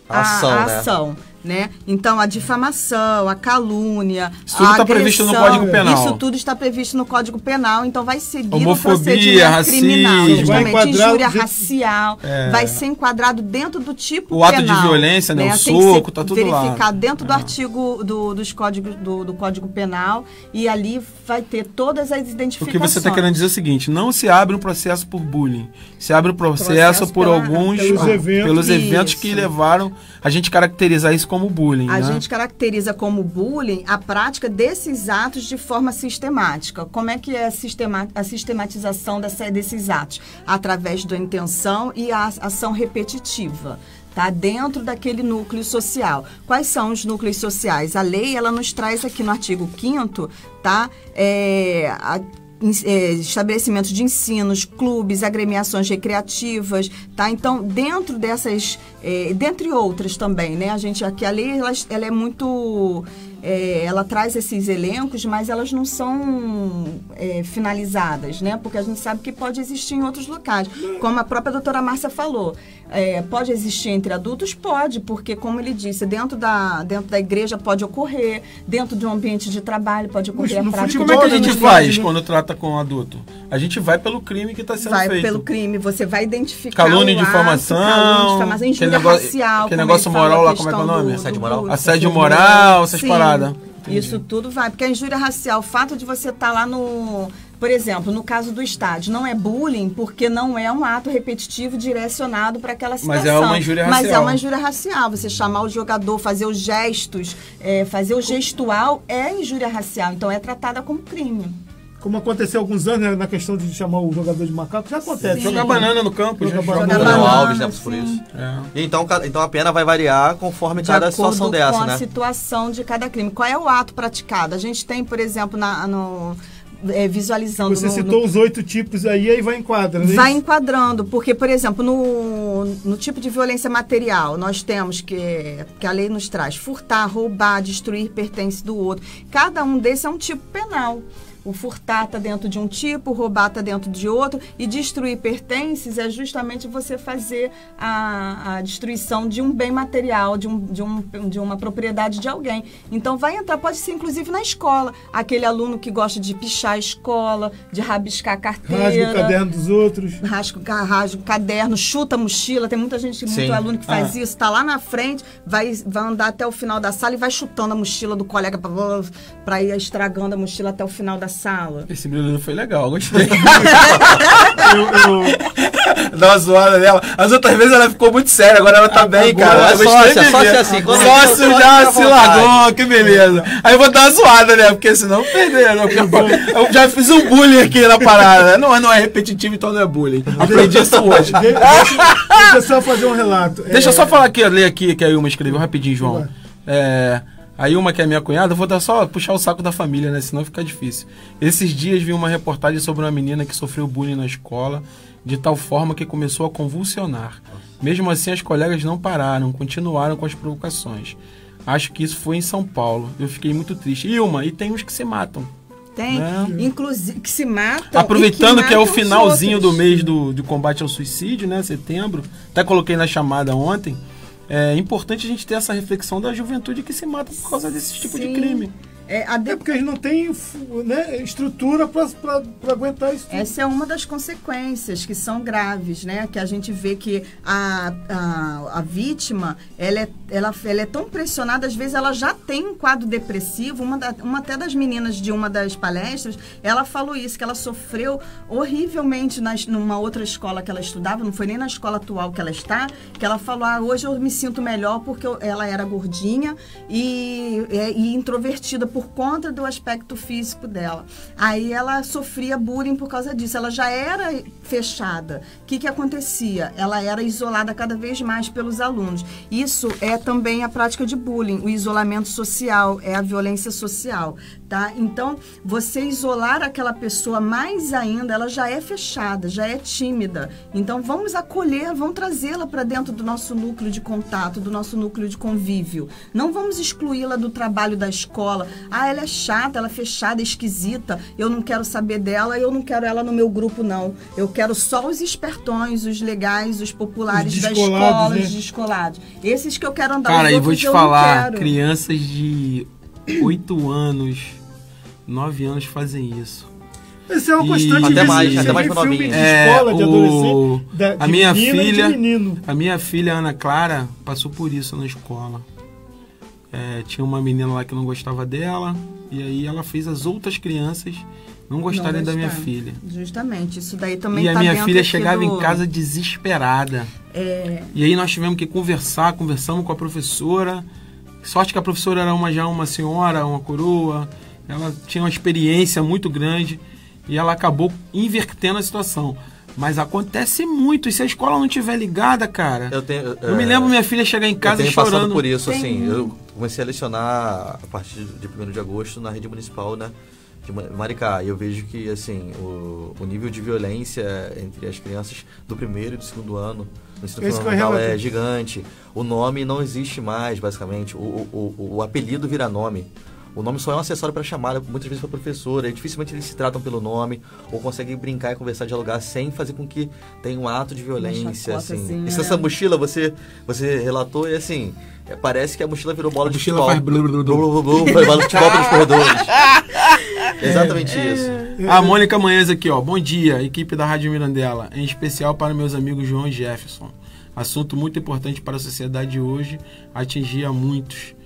A ação, a, a né? ação. Né? Então, a difamação, a calúnia, isso tudo está previsto no Código Penal. Isso tudo está previsto no Código Penal, então vai seguir homofobia, o procedimento racismo, criminal, justamente injúria de... racial, é. vai ser enquadrado dentro do tipo o penal. O ato de violência, né? né? O soco, tá tudo lá. Verificado dentro é. do artigo do, dos códigos, do, do Código Penal, e ali vai ter todas as identificações. O que você está querendo dizer é o seguinte, não se abre um processo por bullying, se abre um processo, processo por pela, alguns, pelos ah, eventos, pelos eventos que levaram a gente caracterizar isso como bullying, a né? A gente caracteriza como bullying a prática desses atos de forma sistemática. Como é que é a, sistema, a sistematização dessa, desses atos? Através da intenção e a ação repetitiva. Tá? Dentro daquele núcleo social. Quais são os núcleos sociais? A lei, ela nos traz aqui no artigo quinto, tá? É, a, estabelecimentos de ensinos, clubes, agremiações recreativas, tá? Então, dentro dessas, é, dentre outras também, né? A gente aqui, a lei, ela, ela é muito... É, ela traz esses elencos, mas elas não são é, finalizadas, né? Porque a gente sabe que pode existir em outros locais. Como a própria doutora Márcia falou, é, pode existir entre adultos? Pode, porque, como ele disse, dentro da, dentro da igreja pode ocorrer, dentro de um ambiente de trabalho pode ocorrer a prática. Como é que a gente faz quando trata com um adulto? A gente vai pelo crime que está sendo vai feito. Vai pelo crime, você vai identificar calúnia, o difamação, ato, calúnia, difamação, injúria negócio, racial. Aquele negócio moral lá, como é que é o nome? Do, assédio moral. Assédio moral, essas Sim, paradas. Entendi. Isso tudo vai. Porque a injúria racial, o fato de você estar tá lá no... Por exemplo, no caso do estádio, não é bullying porque não é um ato repetitivo direcionado para aquela situação. Mas é uma injúria racial. Mas é uma injúria racial. Você chamar o jogador, fazer os gestos, é, fazer o gestual é injúria racial. Então é tratada como crime. Como aconteceu há alguns anos, né, na questão de chamar o jogador de macaco, já acontece. Sim. Jogar banana no campo, jogar joga banana. Daniel Alves, né, por isso. É. Então, então a pena vai variar conforme de cada situação dessa, com né? a situação de cada crime. Qual é o ato praticado? A gente tem, por exemplo, na, no... É, visualizando... Você no, citou no... os oito tipos aí, aí vai enquadrando. Vai enquadrando, porque, por exemplo, no, no tipo de violência material, nós temos que, que a lei nos traz, furtar, roubar, destruir pertence do outro. Cada um desses é um tipo penal. O furtar está dentro de um tipo, o roubar está dentro de outro, e destruir pertences é justamente você fazer a, a destruição de um bem material, de, um, de, um, de uma propriedade de alguém. Então vai entrar, pode ser inclusive na escola, aquele aluno que gosta de pichar a escola, de rabiscar a carteira. Rasga o caderno dos outros. Rasga, rasga o caderno, chuta a mochila, tem muita gente, muito Sim. aluno que faz Ah. isso, está lá na frente, vai, vai andar até o final da sala e vai chutando a mochila do colega para ir estragando a mochila até o final da sala. Esse brilho foi legal, gostei. eu, eu... Dá uma zoada nela. As outras vezes ela ficou muito séria, agora ela tá Ah, bem, agora cara. é Eu gostei sócia, de sócia ver. assim, quando Sócio eu tô já à se vontade. largou, que beleza. Aí eu vou dar uma zoada, né? Porque senão perder, né? Porque eu já fiz um bullying aqui na parada. Não, não é repetitivo, então não é bullying. Aprendi isso hoje. De- deixa, deixa eu só fazer um relato. Deixa eu É, só falar aqui, ler aqui que a Ilma escreveu rapidinho, João. É, a Ilma, que é minha cunhada, eu vou dar só puxar o saco da família, né? Senão fica difícil. Esses dias vi uma reportagem sobre uma menina que sofreu bullying na escola, de tal forma que começou a convulsionar. Mesmo assim, as colegas não pararam, continuaram com as provocações. Acho que isso foi em São Paulo. Eu fiquei muito triste. Ilma, e tem uns que se matam. Tem, né? inclusive, que se matam. Aproveitando e que, que é o matam os finalzinho do outros. mês do, de combate ao suicídio, né? Setembro. Até coloquei na chamada ontem. É importante a gente ter essa reflexão da juventude que se mata por causa desse tipo de Sim. crime. É, a de... É porque eles não têm, né, estrutura para aguentar isso tudo. Essa é uma das consequências que são graves, né? Que a gente vê que a, a, a vítima, ela é, ela, ela é tão pressionada, às vezes ela já tem um quadro depressivo. Uma, da, uma até das meninas de uma das palestras, ela falou isso, que ela sofreu horrivelmente nas, numa outra escola que ela estudava, não foi nem na escola atual que ela está, que ela falou, ah, hoje eu me sinto melhor porque eu, ela era gordinha e, e introvertida por conta do aspecto físico dela. Aí ela sofria bullying por causa disso. Ela já era fechada. O que que acontecia? Ela era isolada cada vez mais pelos alunos. Isso é também a prática de bullying, o isolamento social, é a violência social, tá? Então, você isolar aquela pessoa mais ainda, ela já é fechada, já é tímida. Então, vamos acolher, vamos trazê-la para dentro do nosso núcleo de contato, do nosso núcleo de convívio. Não vamos excluí-la do trabalho da escola. Ah, ela é chata, ela é fechada, esquisita, eu não quero saber dela, eu não quero ela no meu grupo, não. Eu quero só os espertões, os legais, os populares Os da descolados, escola, né? os descolados. Esses que eu quero andar. Cara, os e vou outros te eu não falar, quero. crianças de oito anos, nove anos fazem isso. Isso é uma E- constante Até vez- mais, você até vê mais filme novinha. de É, escola, de o- adolescente, da- a de minha menina e de filha, menino. a minha filha Ana Clara passou por isso na escola. É, tinha uma menina lá que não gostava dela e aí ela fez as outras crianças não gostarem Não da minha gostar. filha. Justamente, isso daí também E a tá minha dentro filha aqui chegava do- em casa desesperada. É, E aí nós tivemos que conversar, conversamos com a professora. Sorte que a professora era uma, já uma senhora, uma coroa. Ela tinha uma experiência muito grande e ela acabou invertendo a situação. Mas acontece muito. E se a escola não estiver ligada, cara... Eu, tenho, Eu me lembro minha filha chegar em casa eu tenho chorando. passado por isso, Tem assim. um- Eu comecei a lecionar a partir de primeiro de agosto na rede municipal, né? De Ma- Maricá. E eu vejo que, assim, o, o nível de violência entre as crianças do primeiro e do segundo ano no ensino É isso que eu fundamental relatei. é gigante. O nome não existe mais, basicamente. O, o, o, o apelido vira nome. O nome só é um acessório para chamada, muitas vezes para professora, e dificilmente eles se tratam pelo nome, ou conseguem brincar e conversar, dialogar, sem fazer com que tenha um ato de violência, assim. chacotazinha, Essa, né? essa mochila, você, você relatou, e assim, é, parece que a mochila virou bola A de mochila futebol. faz blu, blu, blu, blu. Blu, blu, blu, foi bola de futebol pelos corredores. Exatamente isso. A Mônica Manhãs aqui, ó. Bom dia, equipe da Rádio Mirandela. Em especial para meus amigos João e Jefferson. Assunto muito importante para a sociedade de hoje, atingir a muitos.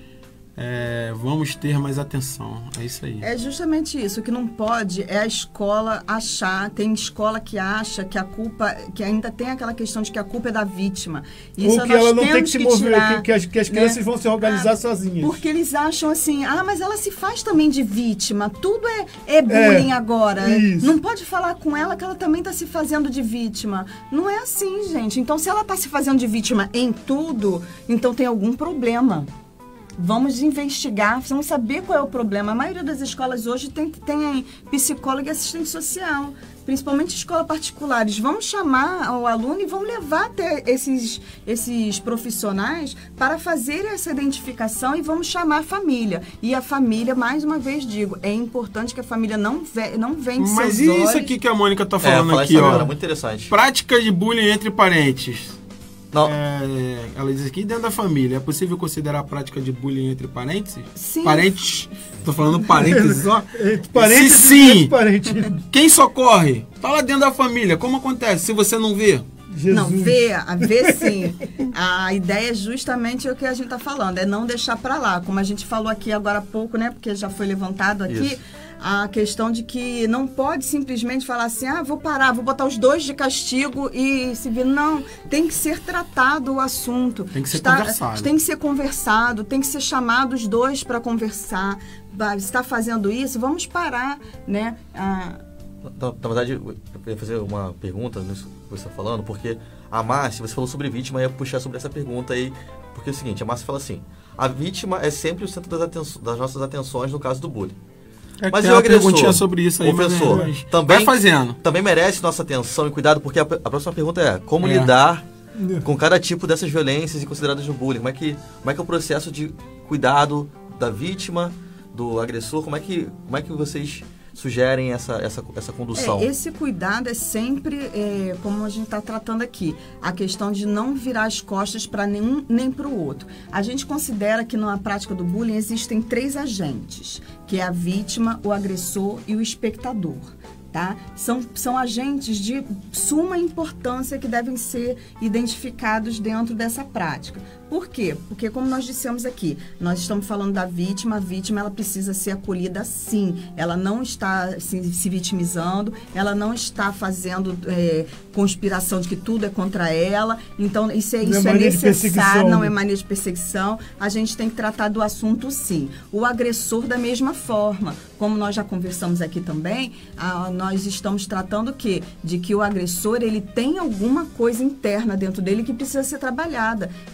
É, vamos ter mais atenção. É isso aí. É justamente isso. O que não pode é a escola achar. Tem escola que acha que a culpa, que ainda tem aquela questão de que a culpa é da vítima. Isso Ou que nós ela não tem temos que se mover, tirar, que, que as, que as né? crianças vão se organizar Ah, sozinhas. Porque eles acham assim, ah, mas ela se faz também de vítima. Tudo é, é bullying É, agora. isso. Não pode falar com ela que ela também está se fazendo de vítima. Não é assim, gente. Então, se ela está se fazendo de vítima em tudo, então tem algum problema. Vamos investigar, vamos saber qual é o problema. A maioria das escolas hoje tem, tem psicólogo e assistente social, principalmente escolas particulares. Vamos chamar o aluno e vamos levar até esses, esses profissionais para fazer essa identificação e vamos chamar a família. E a família, mais uma vez digo, é importante que a família não, ve, não vende Mas seus e olhos. isso aqui que a Mônica tá É, falando falar aqui, isso ó? agora, muito interessante. Prática de bullying entre parentes. Não. É, ela diz aqui, dentro da família, é possível considerar a prática de bullying entre parentes? Sim. Parentes? Tô falando parênteses só? Entre parênteses, Se sim, entre parentes. quem socorre? Tá lá dentro da família. Como acontece se você não vê? Jesus. Não, vê, a- vê sim. A ideia é justamente o que a gente está falando, é não deixar para lá. Como a gente falou aqui agora há pouco, né? Porque já foi levantado aqui. Isso. A questão de que não pode simplesmente falar assim, ah, vou parar, vou botar os dois de castigo e se vir. Não, tem que ser tratado o assunto. Tem que ser Está- conversado. Tem que ser conversado, tem que ser chamado os dois para conversar. Vai, está fazendo isso, vamos parar, né? Ah, Na, na verdade, eu queria fazer uma pergunta nisso que você está falando, porque a Márcia, você falou sobre vítima, eu ia puxar sobre essa pergunta aí, porque é o seguinte, a Márcia fala assim, a vítima é sempre o centro das, atenções, das nossas atenções no caso do bullying. É, Mas tem e o uma agressor, perguntinha sobre isso aí, o mas, ofensor, mas também, vai fazendo. também merece nossa atenção e cuidado, porque a, a próxima pergunta é, como É. lidar com cada tipo dessas violências e consideradas no bullying? Como é que, como é, que é o processo de cuidado da vítima, do agressor? Como é que, como é que vocês sugerem essa, essa, essa condução? É, esse cuidado é sempre, é, como a gente está tratando aqui, a questão de não virar as costas para nenhum nem para o outro. A gente considera que na prática do bullying existem três agentes, que é a vítima, o agressor e o espectador. Tá? São, são agentes de suma importância que devem ser identificados dentro dessa prática. Por quê? Porque, como nós dissemos aqui, nós estamos falando da vítima, a vítima ela precisa ser acolhida sim. Ela não está se, se vitimizando, ela não está fazendo é, conspiração de que tudo é contra ela. Então, isso é, Não é isso é mania de necessário, perseguição, não né? é mania de perseguição. A gente tem que tratar do assunto sim. O agressor da mesma forma. Como nós já conversamos aqui também, a, nós estamos tratando o quê? De que o agressor ele tem alguma coisa interna dentro dele que precisa ser trabalhada. Ele também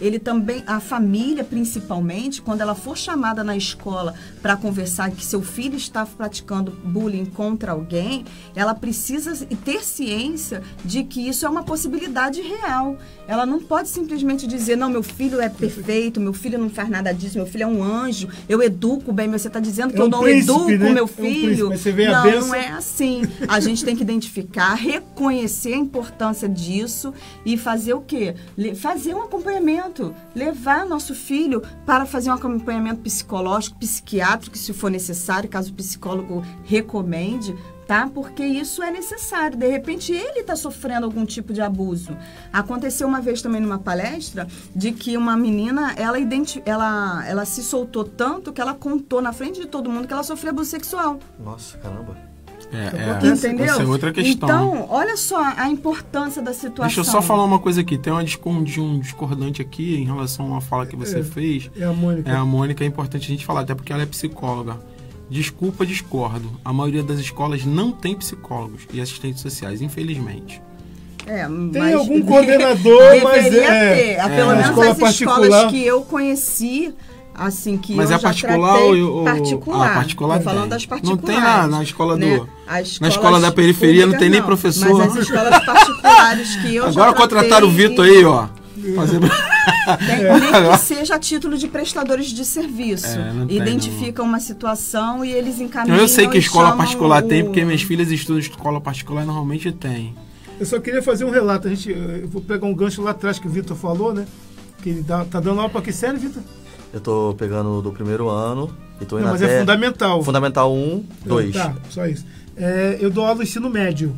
também a família, principalmente, quando ela for chamada na escola para conversar que seu filho está praticando bullying contra alguém, ela precisa ter ciência de que isso é uma possibilidade real. Ela não pode simplesmente dizer, não, meu filho é perfeito, meu filho não faz nada disso, meu filho é um anjo, eu educo bem, você está dizendo que é um eu não príncipe, educo né? meu é filho. Um você vê não, a benção. não é assim. A gente tem que identificar, reconhecer a importância disso e fazer o quê? Le- fazer um acompanhamento, levar nosso filho para fazer um acompanhamento psicológico, psiquiátrico, se for necessário, caso o psicólogo recomende, tá? Porque isso é necessário. De repente, ele está sofrendo algum tipo de abuso. Aconteceu uma vez também numa palestra de que uma menina, ela, identi- ela, ela se soltou tanto que ela contou na frente de todo mundo que ela sofreu abuso sexual. Nossa, caramba. É, é, Entendeu? Essa é outra questão. Então, olha só a importância da situação. Deixa eu só falar uma coisa aqui. Tem uma discord- um discordante aqui em relação a uma fala que você É, fez. é a Mônica. É a Mônica, é importante a gente falar, até porque ela é psicóloga. Desculpa, discordo. A maioria das escolas não tem psicólogos e assistentes sociais, infelizmente. É, Tem mas algum coordenador, mas deveria é, ter. Ah, é. Pelo Na menos escola as particular. escolas que eu conheci, assim, que Mas eu é já particular tratei, ou- ou- particular. ah, particular Tô falando tem. das Não particulares. tem na, na escola né? do... As Na escola escolas da periferia não tem públicas, nem não. professor. Mas as escolas particulares que eu já Agora tratei contrataram o Vitor e- aí, ó. Fazer... Nem, nem que seja a título de prestadores de serviço. É, não tem, Identificam uma situação e eles encaminham. Eu sei que e escola chamam particular o... tem, porque minhas filhas estudam em escola particular e normalmente tem. Eu só queria fazer um relato. A gente, eu vou pegar um gancho lá atrás que o Vitor falou, né? Que ele dá, tá dando aula para que série, Vitor? Eu tô pegando do primeiro ano e tô indo Não, mas até é fundamental. Fundamental um, dois. Tá, só isso. É, eu dou aula no ensino médio.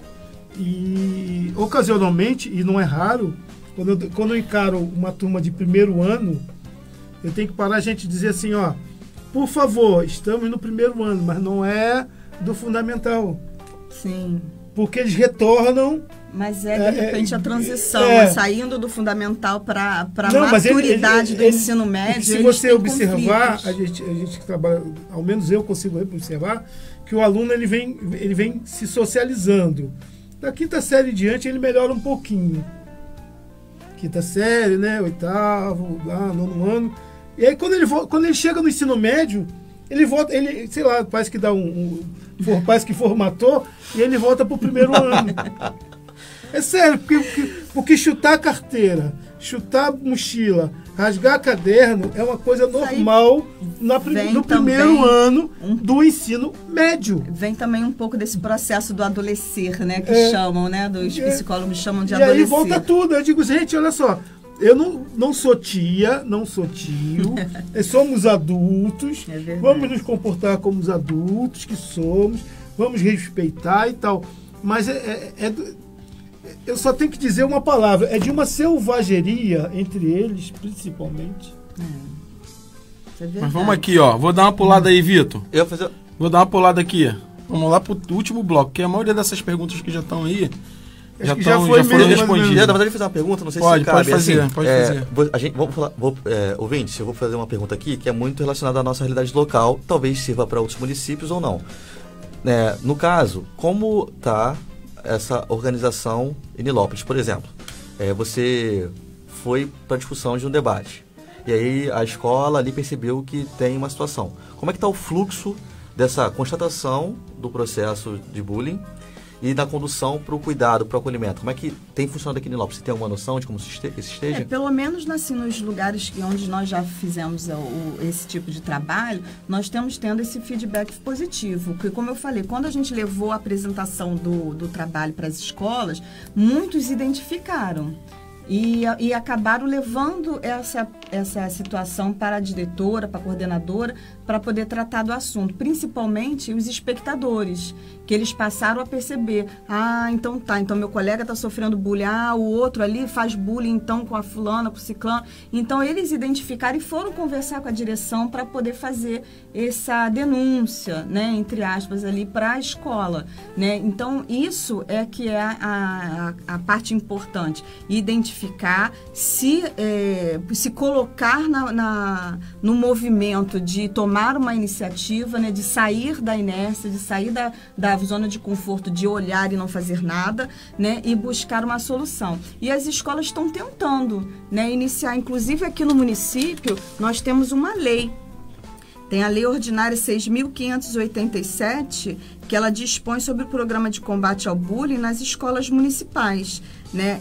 E ocasionalmente, e não é raro, quando eu, quando eu encaro uma turma de primeiro ano, eu tenho que parar a gente e dizer assim, ó, por favor, estamos no primeiro ano, mas não é do fundamental. Sim. Porque eles retornam. Mas é, de É, repente, a transição, é. saindo do fundamental para a Não, mas ele- maturidade ele- do ele- ensino médio. Se eles você têm observar, conflitos. a gente, a gente que trabalha, ao menos eu consigo observar, que o aluno ele vem, ele vem se socializando. Da quinta série em diante ele melhora um pouquinho. Quinta série, né? Oitavo, lá, nono ano. E aí quando ele, vo- quando ele chega no ensino médio, ele volta, ele, sei lá, parece que dá um. um for, parece que formatou e ele volta pro primeiro ano. É sério, porque, porque, porque chutar a carteira, chutar a mochila, rasgar caderno é uma coisa normal na, prim- Vem no primeiro também ano do ensino médio. Vem também um pouco desse processo do adolescer, né? Que É. chamam, né? Dos É. psicólogos chamam de E aí adolescer. volta tudo. Eu digo, gente, olha só. Eu não, não sou tia, não sou tio. eh, somos adultos. É Vamos nos comportar como os adultos que somos. Vamos respeitar e tal. Mas é, é- é do- eu só tenho que dizer uma palavra. É de uma selvageria entre eles, principalmente. Isso é Mas verdade. vamos aqui, ó. Vou dar uma pulada aí, Vitor. Eu vou fazer... Vou dar uma pulada aqui. Vamos lá pro último bloco, porque a maioria dessas perguntas que já estão aí já, que já tão, foi já foram mesmo, mas respondidas. Na verdade, eu fiz uma pergunta, não sei Pode, se cabe. pode fazer, assim, pode é, fazer. vou- a gente, vamos falar, vou, é, ouvinte, eu vou fazer uma pergunta aqui que é muito relacionada à nossa realidade local, talvez sirva para outros municípios ou não. É, no caso, como está essa organização em Nilópolis, por exemplo? É, você foi para a discussão de um debate, e aí a escola ali percebeu que tem uma situação. Como é que está o fluxo dessa constatação do processo de bullying e da condução para o cuidado, para o acolhimento? Como é que tem funcionado aqui em Nilópolis? Você tem alguma noção de como isso este- isso esteja? É, pelo menos assim, nos lugares que, onde nós já fizemos o, o- esse tipo de trabalho, nós temos tendo esse feedback positivo. Porque, como eu falei, quando a gente levou a apresentação do, do trabalho para as escolas, muitos identificaram. E, e acabaram levando essa, essa situação para a diretora, para a coordenadora, para poder tratar do assunto. Principalmente os espectadores, que eles passaram a perceber. Ah, então tá, então meu colega está sofrendo bullying. Ah, o outro ali faz bullying então com a fulana, com o ciclano. Então eles identificaram e foram conversar com a direção para poder fazer essa denúncia, né, entre aspas, ali para a escola. Né? Então isso é que é a, a, a parte importante. Identificar identificar, se, é, se colocar na, na, no movimento de tomar uma iniciativa, né, de sair da inércia, de sair da, da zona de conforto, de olhar e não fazer nada, né, e buscar uma solução. E as escolas estão tentando, né, iniciar, inclusive aqui no município, nós temos uma lei. Tem a Lei Ordinária seis mil quinhentos e oitenta e sete, que ela dispõe sobre o programa de combate ao bullying nas escolas municipais, né?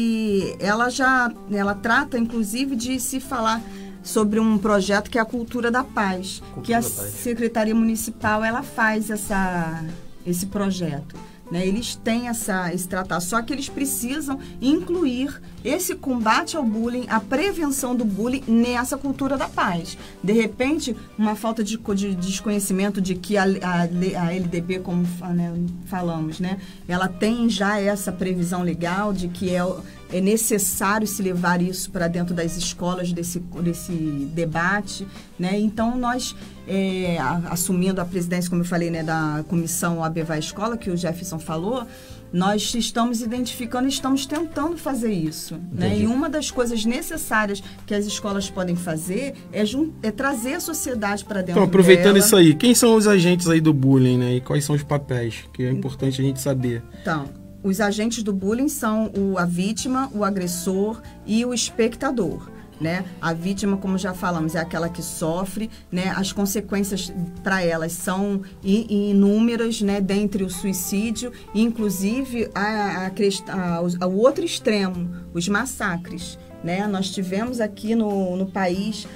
E ela já ela trata, inclusive, de se falar sobre um projeto que é a Cultura da Paz, Cultura que a da Paz. Secretaria Municipal ela faz essa, esse projeto. Né, eles têm essa, esse tratado, só que eles precisam incluir esse combate ao bullying, a prevenção do bullying nessa cultura da paz. De repente, uma falta de, de desconhecimento de que a, a, a L D B, como né, falamos, né, ela tem já essa previsão legal de que é, é necessário se levar isso para dentro das escolas, desse, desse debate. Né? Então, nós, é, assumindo a presidência, como eu falei, né, da comissão A B Vai Escola, que o Jefferson falou, nós estamos identificando e estamos tentando fazer isso. Né? E uma das coisas necessárias que as escolas podem fazer é, é trazer a sociedade para dentro Então, aproveitando dela. Isso aí, quem são os agentes aí do bullying, né? E quais são os papéis? Que é importante a gente saber. Então, os agentes do bullying são o, a vítima, o agressor e o espectador. Né? A vítima, como já falamos, é aquela que sofre, né? As consequências para elas são inúmeras, né? Dentre o suicídio, inclusive a, a, a, a, o outro extremo, os massacres. Né? Nós tivemos aqui no, no país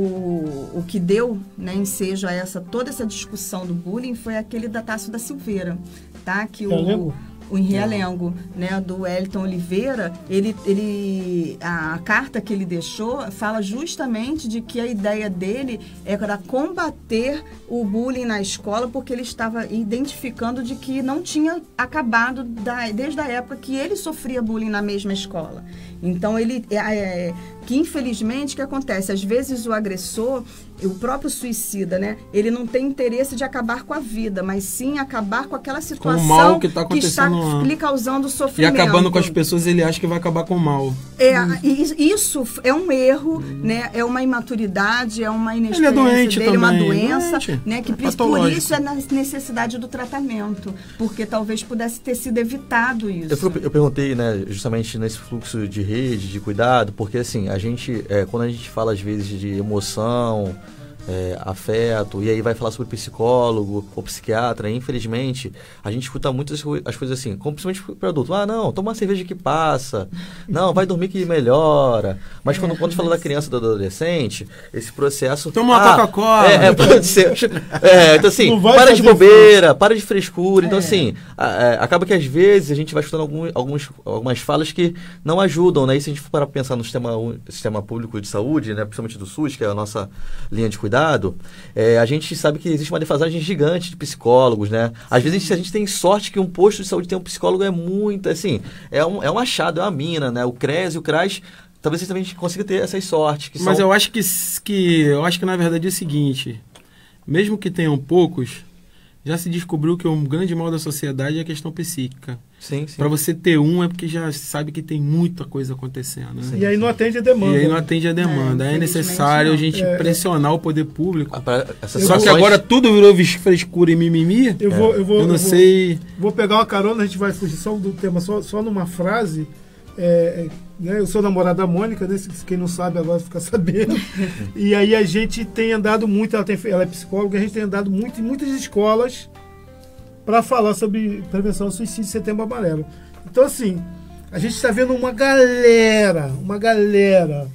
o, o que deu, né, ensejo a essa, toda essa discussão do bullying foi aquele da Tasso da Silveira, tá? Que o, o em Realengo, né, do Wellington Oliveira, ele, ele, a carta que ele deixou fala justamente de que a ideia dele era combater o bullying na escola, porque ele estava identificando de que não tinha acabado da, desde a época que ele sofria bullying na mesma escola. Então, ele é, é, que infelizmente, o que acontece? Às vezes o agressor, o próprio suicida, né? Ele não tem interesse de acabar com a vida, mas sim acabar com aquela situação com o mal que, tá que está lá. lhe causando sofrimento. E acabando com as pessoas, ele acha que vai acabar com o mal. É, hum. Isso é um erro, hum. né? É uma imaturidade, é uma inexperiência ele é doente dele, também. uma doença, doente. né? Que é por isso é na necessidade do tratamento, porque talvez pudesse ter sido evitado isso. Eu, eu perguntei, né, justamente nesse fluxo de rede, de cuidado, porque assim, a gente, é, quando a gente fala às vezes de emoção, É, afeto, e aí vai falar sobre psicólogo ou psiquiatra, infelizmente a gente escuta muitas as coisas assim, como principalmente para adulto, ah não, toma uma cerveja que passa, não, vai dormir que melhora, mas é, quando, quando fala da criança e do adolescente, esse processo toma uma ah, Coca-Cola, é, é, pode ser, é, então assim, para de bobeira, isso. para de frescura, então é. assim, a, a, acaba que às vezes a gente vai escutando algum, alguns, algumas falas que não ajudam, né, e se a gente for para pensar no sistema, sistema público de saúde, né, principalmente do SUS, que é a nossa linha de cuidado, É, a gente sabe que existe uma defasagem gigante de psicólogos, né? Às vezes, se a gente tem sorte que um posto de saúde tem um psicólogo, é muito, assim, é um, é um achado, é uma mina, né? O CRES e o CRAS, talvez a gente consiga ter essas sortes. Que Mas são... eu acho que, que, eu acho que, na verdade, é o seguinte, mesmo que tenham poucos, já se descobriu que o grande mal da sociedade é a questão psíquica. Sim, sim. Para você ter um é porque já sabe que tem muita coisa acontecendo. Né? Sim, e aí não atende a demanda. E aí não atende a demanda. É, é necessário não. a gente é, pressionar o poder público. Ah, Só que ações... agora tudo virou frescura e mimimi. Eu, vou, eu, vou, eu não eu sei... Vou, vou pegar uma carona, a gente vai fugir só do tema, só, só numa frase. É, né, eu sou namorado da Mônica, né, quem não sabe agora fica sabendo. E aí a gente tem andado muito, ela, tem, ela é psicóloga, a gente tem andado muito em muitas escolas para falar sobre prevenção ao suicídio e Setembro Amarelo. Então, assim, a gente está vendo uma galera, uma galera,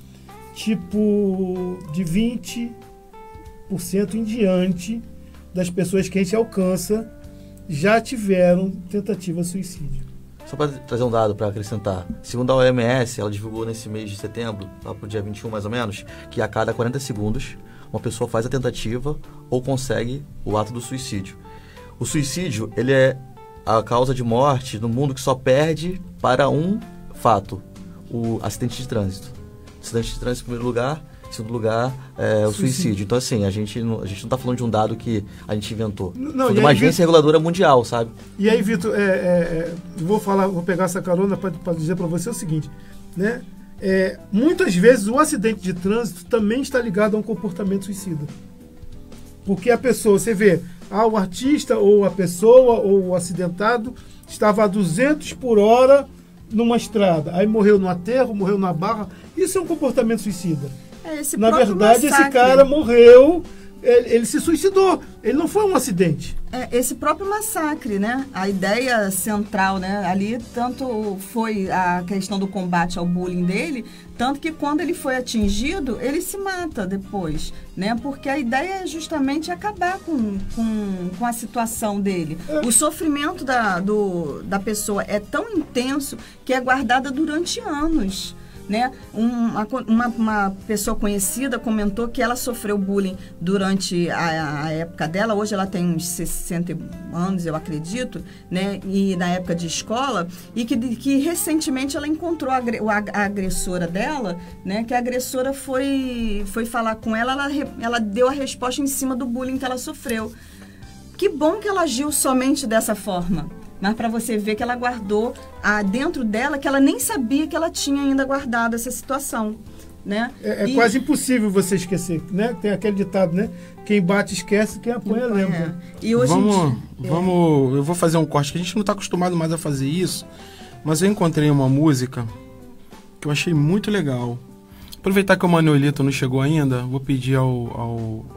tipo, de vinte por cento em diante das pessoas que a gente alcança já tiveram tentativa de suicídio. Só para trazer um dado para acrescentar, segundo a O M S, ela divulgou nesse mês de setembro, lá para o dia vinte e um mais ou menos, que a cada quarenta segundos uma pessoa faz a tentativa ou consegue o ato do suicídio. O suicídio, ele é a causa de morte no mundo que só perde para um fato, o acidente de trânsito. O acidente de trânsito, em primeiro lugar, Em segundo lugar, é, o suicídio. Suicídio. Então, assim, a gente não, a gente não está falando de um dado que a gente inventou. Não, Foi de e uma aí, agência Vitor- reguladora mundial, sabe? E aí, Vitor, é, é, é, vou falar, vou pegar essa carona para dizer para você o seguinte, né? É, muitas vezes o acidente de trânsito também está ligado a um comportamento suicida. Porque a pessoa, você vê, ah, o artista ou a pessoa ou o acidentado estava a duzentos por hora numa estrada, aí morreu no aterro, morreu na barra. Isso é um comportamento suicida. É, esse Na próprio verdade, esse massacre. cara morreu, ele, ele se suicidou, ele não foi um acidente. É, esse próprio massacre, né? A ideia central, né? Ali tanto foi a questão do combate ao bullying dele, tanto que quando ele foi atingido, ele se mata depois, né? Porque a ideia é justamente acabar com, com, com a situação dele. O sofrimento da, do, da pessoa é tão intenso que é guardada durante anos. Né? Uma, uma, uma pessoa conhecida comentou que ela sofreu bullying durante a, a época dela. Hoje ela tem uns sessenta anos, eu acredito, né? E na época de escola, e que, que recentemente ela encontrou a, a agressora dela, né? Que a agressora foi, foi falar com ela, ela, ela deu a resposta em cima do bullying que ela sofreu. Que bom que ela agiu somente dessa forma. Mas para você ver que ela guardou ah, dentro dela, que ela nem sabia que ela tinha ainda guardado essa situação, né? É, é e... quase impossível você esquecer, né? Tem aquele ditado, né? Quem bate esquece, quem apanha lembra. É. E hoje vamos, em dia... vamos, eu vou fazer um corte, que a gente não está acostumado mais a fazer isso, mas eu encontrei uma música que eu achei muito legal. Aproveitar que o Manuelito não chegou ainda, vou pedir ao, ao,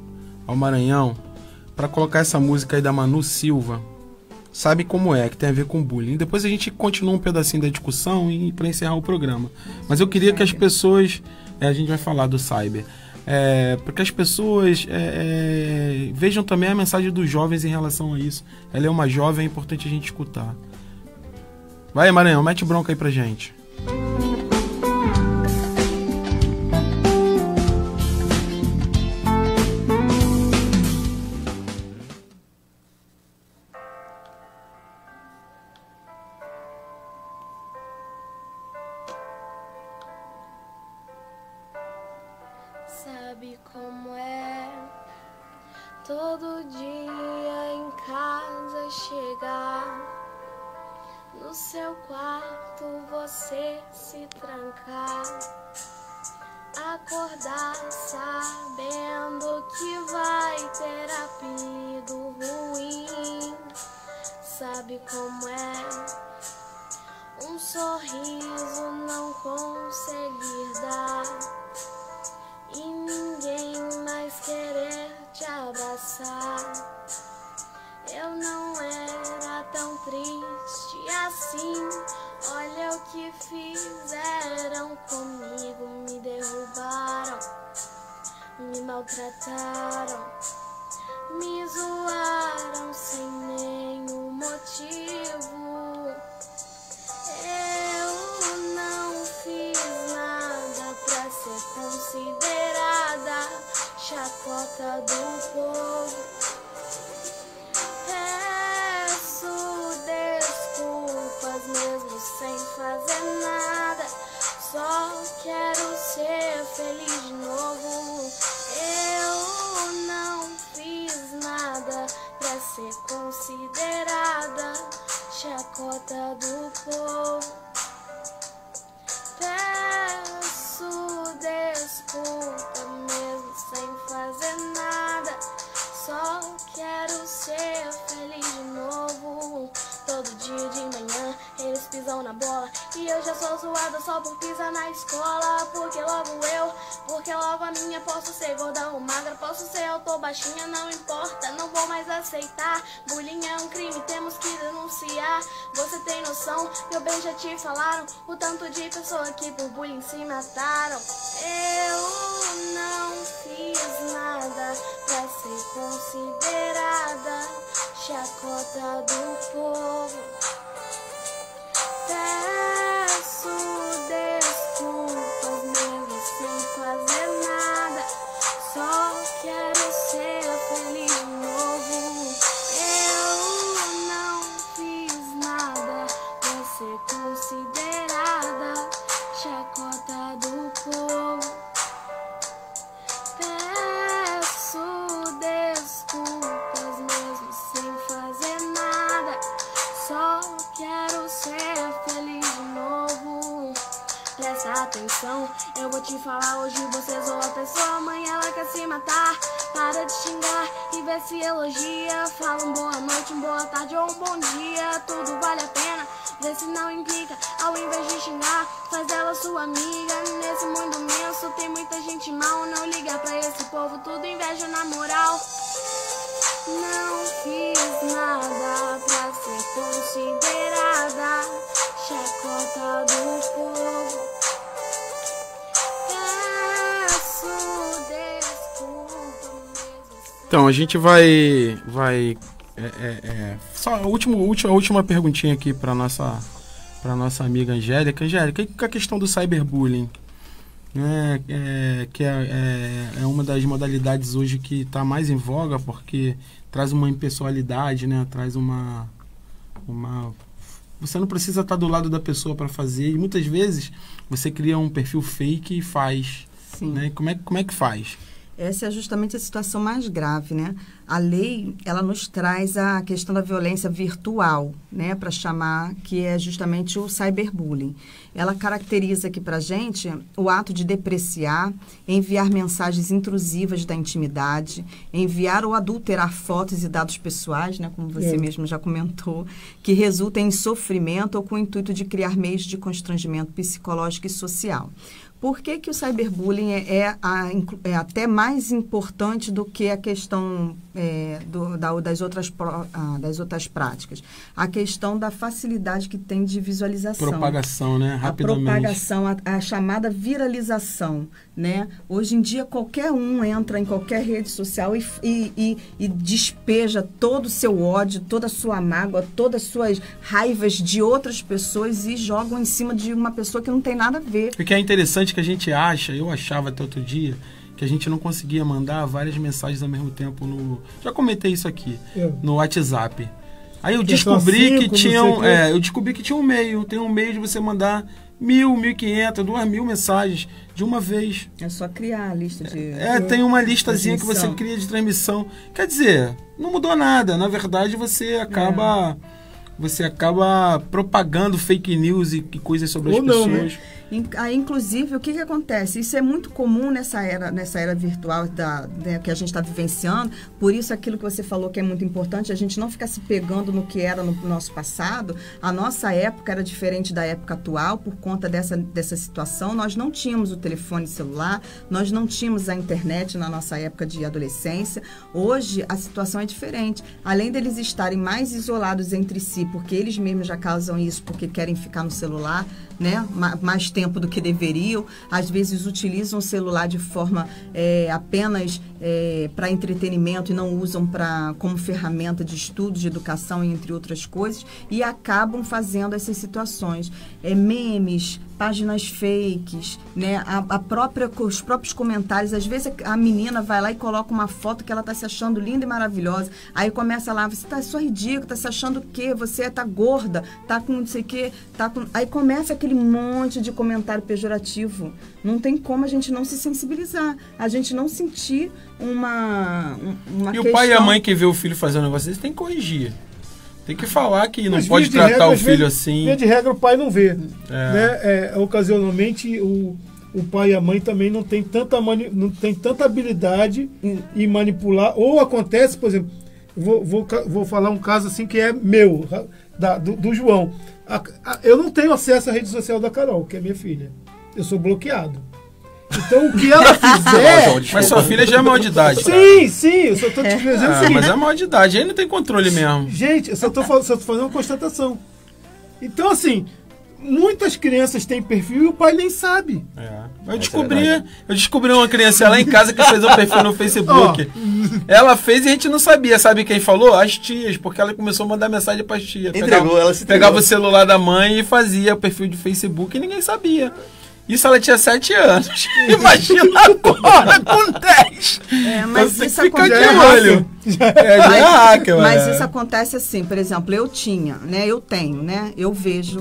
ao Maranhão para colocar essa música aí da Manu Silva. Sabe como é, que tem a ver com bullying. Depois a gente continua um pedacinho da discussão e para encerrar o programa. Mas eu queria que as pessoas... É, a gente vai falar do cyber. É, porque as pessoas é, é, vejam também a mensagem dos jovens em relação a isso. Ela é uma jovem, é importante a gente escutar. Vai, Maranhão, mete bronca aí pra gente. Sabe como é todo dia em casa chegar, no seu quarto você se trancar, acordar sabendo que vai ter apelido ruim. Sabe como é um sorriso não conseguir dar e ninguém mais querer te abraçar. Eu não era tão triste assim. Olha o que fizeram comigo. Me derrubaram, me maltrataram, me zoaram sem nenhum motivo. Eu não fiz nada pra ser considerada chacota do povo. Peço desculpas mesmo sem fazer nada. Só quero ser feliz de novo. Eu não fiz nada pra ser considerada chacota do povo. Peço desculpa mesmo sem fazer nada. Só quero ser feliz de novo. Todo dia de manhã eles pisam na bola e eu já sou zoada só por pisar na escola. Porque logo eu, porque logo a minha. Posso ser gorda ou magra, posso ser alta ou baixinha, não importa, não vou mais aceitar. Bullying é um crime, temos que denunciar. Você tem noção, meu bem, já te falaram o tanto de pessoas que por bullying se mataram. Eu não fiz nada pra ser considerada chacota do povo. Peço desculpas mesmo sem fazer nada. Só quero ser feliz de novo. Eu não fiz nada pra ser considerada chacota do povo. presta atenção. Eu vou te falar hoje, você zoa a pessoa, amanhã ela quer se matar. Para de xingar e vê se elogia. Fala um boa noite, um boa tarde ou um bom dia. Tudo vale a pena, vê se não implica. Ao invés de xingar, faz dela sua amiga. Nesse mundo imenso tem muita gente mal. Não liga pra esse povo, tudo inveja na moral. Não fiz nada pra ser considerada chacota do povo. Peço desculpa mesmo. Então, a gente vai... vai é, é, é, só a última, última, a última perguntinha aqui para nossa, para nossa amiga Angélica. Angélica, e a questão do cyberbullying? É, é, que é, é, é uma das modalidades hoje que está mais em voga, porque traz uma impessoalidade, né? Traz uma, uma... Você não precisa estar do lado da pessoa para fazer, e muitas vezes você cria um perfil fake e faz. Sim. Né? Como é, como é que faz? Essa é justamente a situação mais grave, né? A lei, ela nos traz a questão da violência virtual, né? Para chamar, que é justamente o cyberbullying. Ela caracteriza aqui para a gente o ato de depreciar, enviar mensagens intrusivas da intimidade, enviar ou adulterar fotos e dados pessoais, né? Como você é. mesmo já comentou, que resultam em sofrimento ou com o intuito de criar meios de constrangimento psicológico e social. Por que que o cyberbullying é, é, a, é até mais importante do que a questão é, do, da, das, outras pro, ah, das outras práticas? A questão da facilidade que tem de visualização. Propagação, né? Rapidamente. A propagação, a, a chamada viralização, né? Hoje em dia, qualquer um entra em qualquer rede social e, e, e, e despeja todo o seu ódio, toda a sua mágoa, todas as suas raivas de outras pessoas e jogam em cima de uma pessoa que não tem nada a ver. O que é interessante que a gente acha, eu achava até outro dia, que a gente não conseguia mandar várias mensagens ao mesmo tempo no... Já comentei isso aqui, é. no WhatsApp. Aí eu descobri cinco, que tinha um, é, eu descobri que tinha um meio, tem um meio de você mandar mil, mil e quinhentas, duas mil mensagens de uma vez. É só criar a lista de... É, tem uma listazinha que você cria de transmissão. Quer dizer, não mudou nada. Na verdade, você acaba... É. Você acaba propagando fake news e, e coisas sobre Ou as não, pessoas. Né? Inclusive, o que, que acontece? Isso é muito comum nessa era, nessa era virtual da, né, que a gente está vivenciando. Por isso, aquilo que você falou que é muito importante, a gente não ficar se pegando no que era no nosso passado. A nossa época era diferente da época atual por conta dessa, dessa situação. Nós não tínhamos o telefone celular, nós não tínhamos a internet na nossa época de adolescência. Hoje, a situação é diferente. Além deles estarem mais isolados entre si, porque eles mesmos já causam isso, porque querem ficar no celular, né, mais tempo do que deveriam, às vezes utilizam o celular de forma é, apenas é, para entretenimento e não usam pra, como ferramenta de estudo, de educação, entre outras coisas, e acabam fazendo essas situações. É, memes, páginas fakes, né, a, a própria, os próprios comentários. Às vezes a menina vai lá e coloca uma foto que ela está se achando linda e maravilhosa, aí começa lá, você está só ridículo, está se achando o quê? Você está gorda, está com não sei o quê, tá com... Aí começa aquele monte de comentário pejorativo. Não tem como a gente não se sensibilizar, a gente não sentir uma, uma E questão... o pai e a mãe que vê o filho fazendo um negócio desse tem que corrigir. Tem que falar que não Mas pode tratar regra, o filho vezes, assim. Via de regra, o pai não vê. É. Né? É, ocasionalmente, o, o pai e a mãe também não tem tanta, mani, não tem tanta habilidade em, em manipular. Ou acontece, por exemplo, vou, vou, vou falar um caso assim que é meu, da, do, do João. A, a, eu não tenho acesso à rede social da Carol, que é minha filha. Eu sou bloqueado. Então, o que ela fizer... Mas sua filha já é maior de idade. Sim, sim, eu só estou te dizendo ah, Mas é maior de idade, aí não tem controle mesmo. Gente, eu só estou fazendo uma constatação. Então, assim, muitas crianças têm perfil e o pai nem sabe. É. Eu, descobri, é eu descobri uma criança lá em casa que fez um perfil no Facebook. Oh. Ela fez e a gente não sabia. Sabe quem falou? As tias, porque ela começou a mandar mensagem para as tias. Entregou, pegava, ela se pegava o celular da mãe e fazia o perfil de Facebook e ninguém sabia. Isso ela tinha sete anos. Imagina agora com dez. É, mas Você isso fica acontece. de olho. É, mas, é hacker, mas é. isso acontece assim, por exemplo, eu tinha, né? Eu tenho, né? Eu vejo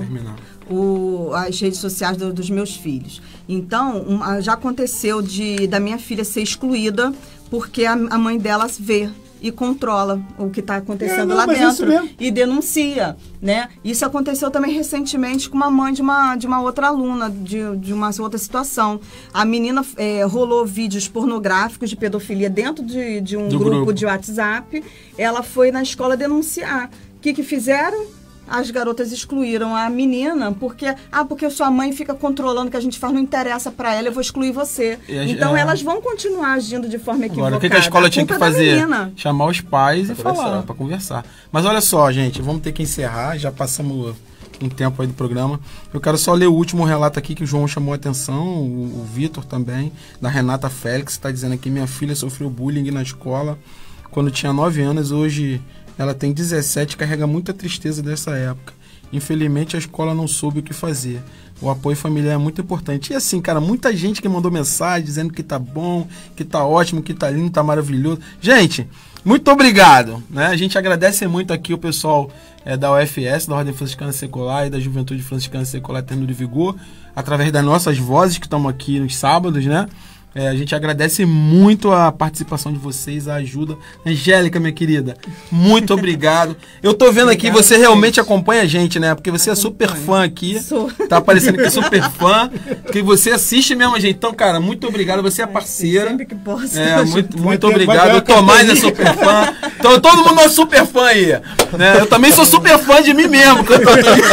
o, as redes sociais do, dos meus filhos. Então, um, já aconteceu de da minha filha ser excluída porque a, a mãe dela vê. e controla o que está acontecendo É, não, lá mas dentro isso mesmo. e denuncia, né? Isso aconteceu também recentemente com uma mãe de uma, de uma outra aluna, de, de uma outra situação. A menina é, rolou vídeos pornográficos de pedofilia dentro de, de um grupo, grupo de WhatsApp. Ela foi na escola denunciar. O que que fizeram? As garotas excluíram a menina porque, ah, porque sua mãe fica controlando o que a gente faz, não interessa pra ela, eu vou excluir você. E então é... elas vão continuar agindo de forma equivocada. Agora, o que, que a escola tinha que fazer? Menina. Chamar os pais pra e conversar. falar, para conversar. Mas olha só, gente, vamos ter que encerrar, já passamos um tempo aí do programa. Eu quero só ler o último relato aqui que o João chamou a atenção, o, o Vitor também, da Renata Félix, está dizendo aqui, minha filha sofreu bullying na escola quando tinha nove anos, hoje ela tem dezessete, carrega muita tristeza dessa época. Infelizmente a escola não soube o que fazer. O apoio familiar é muito importante. E assim, cara, muita gente que mandou mensagem dizendo que tá bom, que tá ótimo, que tá lindo, tá maravilhoso. Gente, muito obrigado, né? A gente agradece muito aqui o pessoal é, da U F S, da Ordem Franciscana Secular e da Juventude Franciscana Secular Eterno de Vigor, através das nossas vozes que estamos aqui nos sábados, né? É, a gente agradece muito a participação de vocês, a ajuda. Angélica, minha querida, muito obrigado. Eu tô vendo aqui, você realmente acompanha a gente, né? Porque você é super fã aqui. Sou. Tá aparecendo que é super fã. Que você assiste mesmo a gente. Então, cara, muito obrigado. Você é parceira. Sempre que posso. É, muito, muito ter- vai obrigado. ganhar O Tomás é super fã. Então, todo mundo é super fã aí. Né? Eu também sou super fã de mim mesmo. que eu tô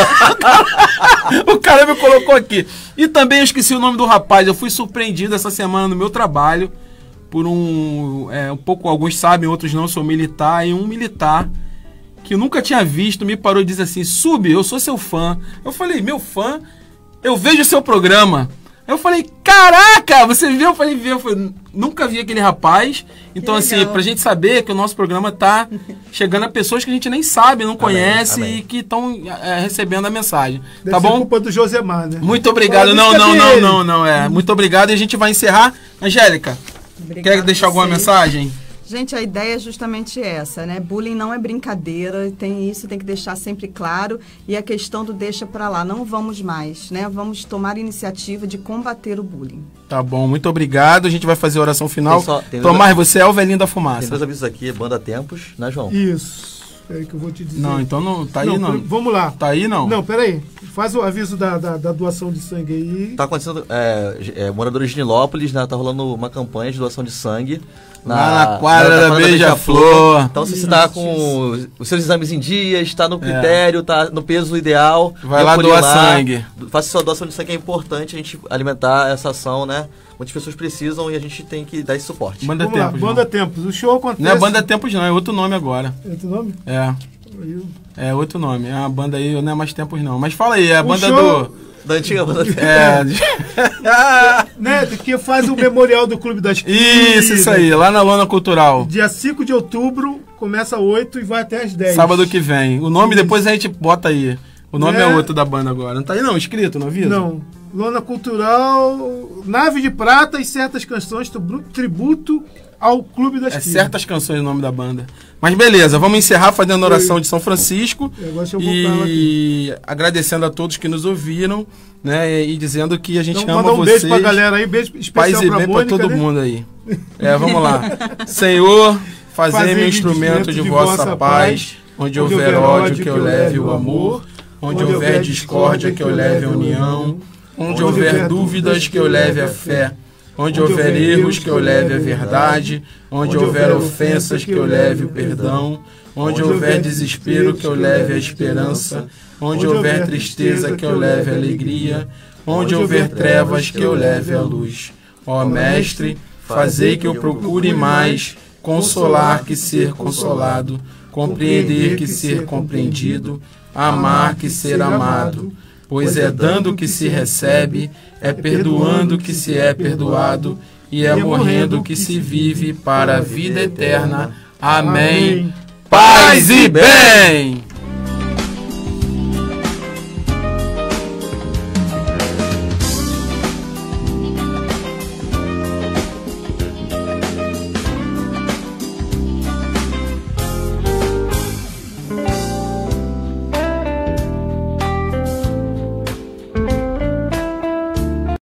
aqui. O cara me colocou aqui. E também eu esqueci o nome do rapaz. Eu fui surpreendido essa semana no meu trabalho por um, é, um pouco, alguns sabem, outros não, sou militar, e um militar que eu nunca tinha visto me parou e disse assim, Sub, eu sou seu fã. Eu falei, meu fã? Eu vejo o seu programa. Eu falei, caraca, você viu? Eu falei, viu? Eu falei, nunca vi aquele rapaz. Então, Que assim, legal. pra gente saber que o nosso programa tá chegando a pessoas que a gente nem sabe, não conhece amém. e que estão é, recebendo a mensagem. Deve Tá ser bom? culpa do Josemar, né? Muito obrigado. Fala, Não, cadê não, não, ele? não, não, é. Muito obrigado e a gente vai encerrar. Angélica, Obrigada quer deixar a alguma vocês. mensagem? Gente, a ideia é justamente essa, né? Bullying não é brincadeira, tem isso, tem que deixar sempre claro. E a questão do deixa pra lá, não vamos mais, né? Vamos tomar iniciativa de combater o bullying. Tá bom, muito obrigado. A gente vai fazer a oração final. Tem só- tem Tomás, dois- você é o velhinho da Tem fumaça. dois avisos aqui, Banda Tempos, né, João? Isso. É que eu vou te dizer. Não, então não. Tá aí não. pr- Vamos lá. Tá aí não? Não, peraí. Faz o aviso da, da, da doação de sangue aí. Tá acontecendo, é, é, moradores de Nilópolis, né, tá rolando uma campanha de doação de sangue. Lá na quadra da Beija-Flor. Então, se você tá com os- os seus exames em dia, está no critério, tá no peso ideal. Vai lá recolher doar sangue. Faça sua doação de sangue, é importante a gente alimentar essa ação, né? Muitas pessoas precisam e a gente tem que dar esse suporte. Banda Vamos lá, Tempos. Banda João. Tempos. O show acontece... Não é Banda Tempos, não, é outro nome agora. É outro nome? É. Aí, É outro nome. É uma banda aí, não é mais Tempos, não. Mas fala aí, é a O banda show- do. Da antiga Banda Tempos. É. né, que faz o memorial do Clube das Isso, isso aí, lá na Lona Cultural. Dia cinco de outubro, começa oito e vai até às dez. Sábado que vem. O nome Isso. depois a gente bota aí. O nome é, É. outro da banda agora. Não tá aí não, escrito, não avisa? Não. Lona Cultural, Nave de Prata e certas canções, tribu- tributo ao Clube das É Filhas. certas canções o nome da banda. Mas beleza, vamos encerrar fazendo a oração de São Francisco. E agora deixa eu voltar ela E agradecendo a todos que nos ouviram, né? E dizendo que a gente Então, ama mandar um vocês. beijo pra galera aí, beijo especial Paz e pra bem Mônica, pra todo né? mundo aí. É, vamos lá. Senhor, fazei-me um instrumento de vossa paz, onde houver ódio que eu leve o amor, onde houver discórdia que eu leve a união, onde houver dúvidas que eu leve a fé, onde houver erros que eu leve a verdade, onde houver ofensas que eu leve o perdão, onde houver desespero que eu leve a esperança, onde houver tristeza que eu leve a alegria, onde houver trevas que eu leve a luz. Ó Mestre, fazei que eu procure mais consolar que ser consolado, compreender que ser compreendido, amar que ser amado. Pois é dando que se recebe, é perdoando que se é perdoado, e é morrendo que se vive para a vida eterna. Amém. Paz e bem!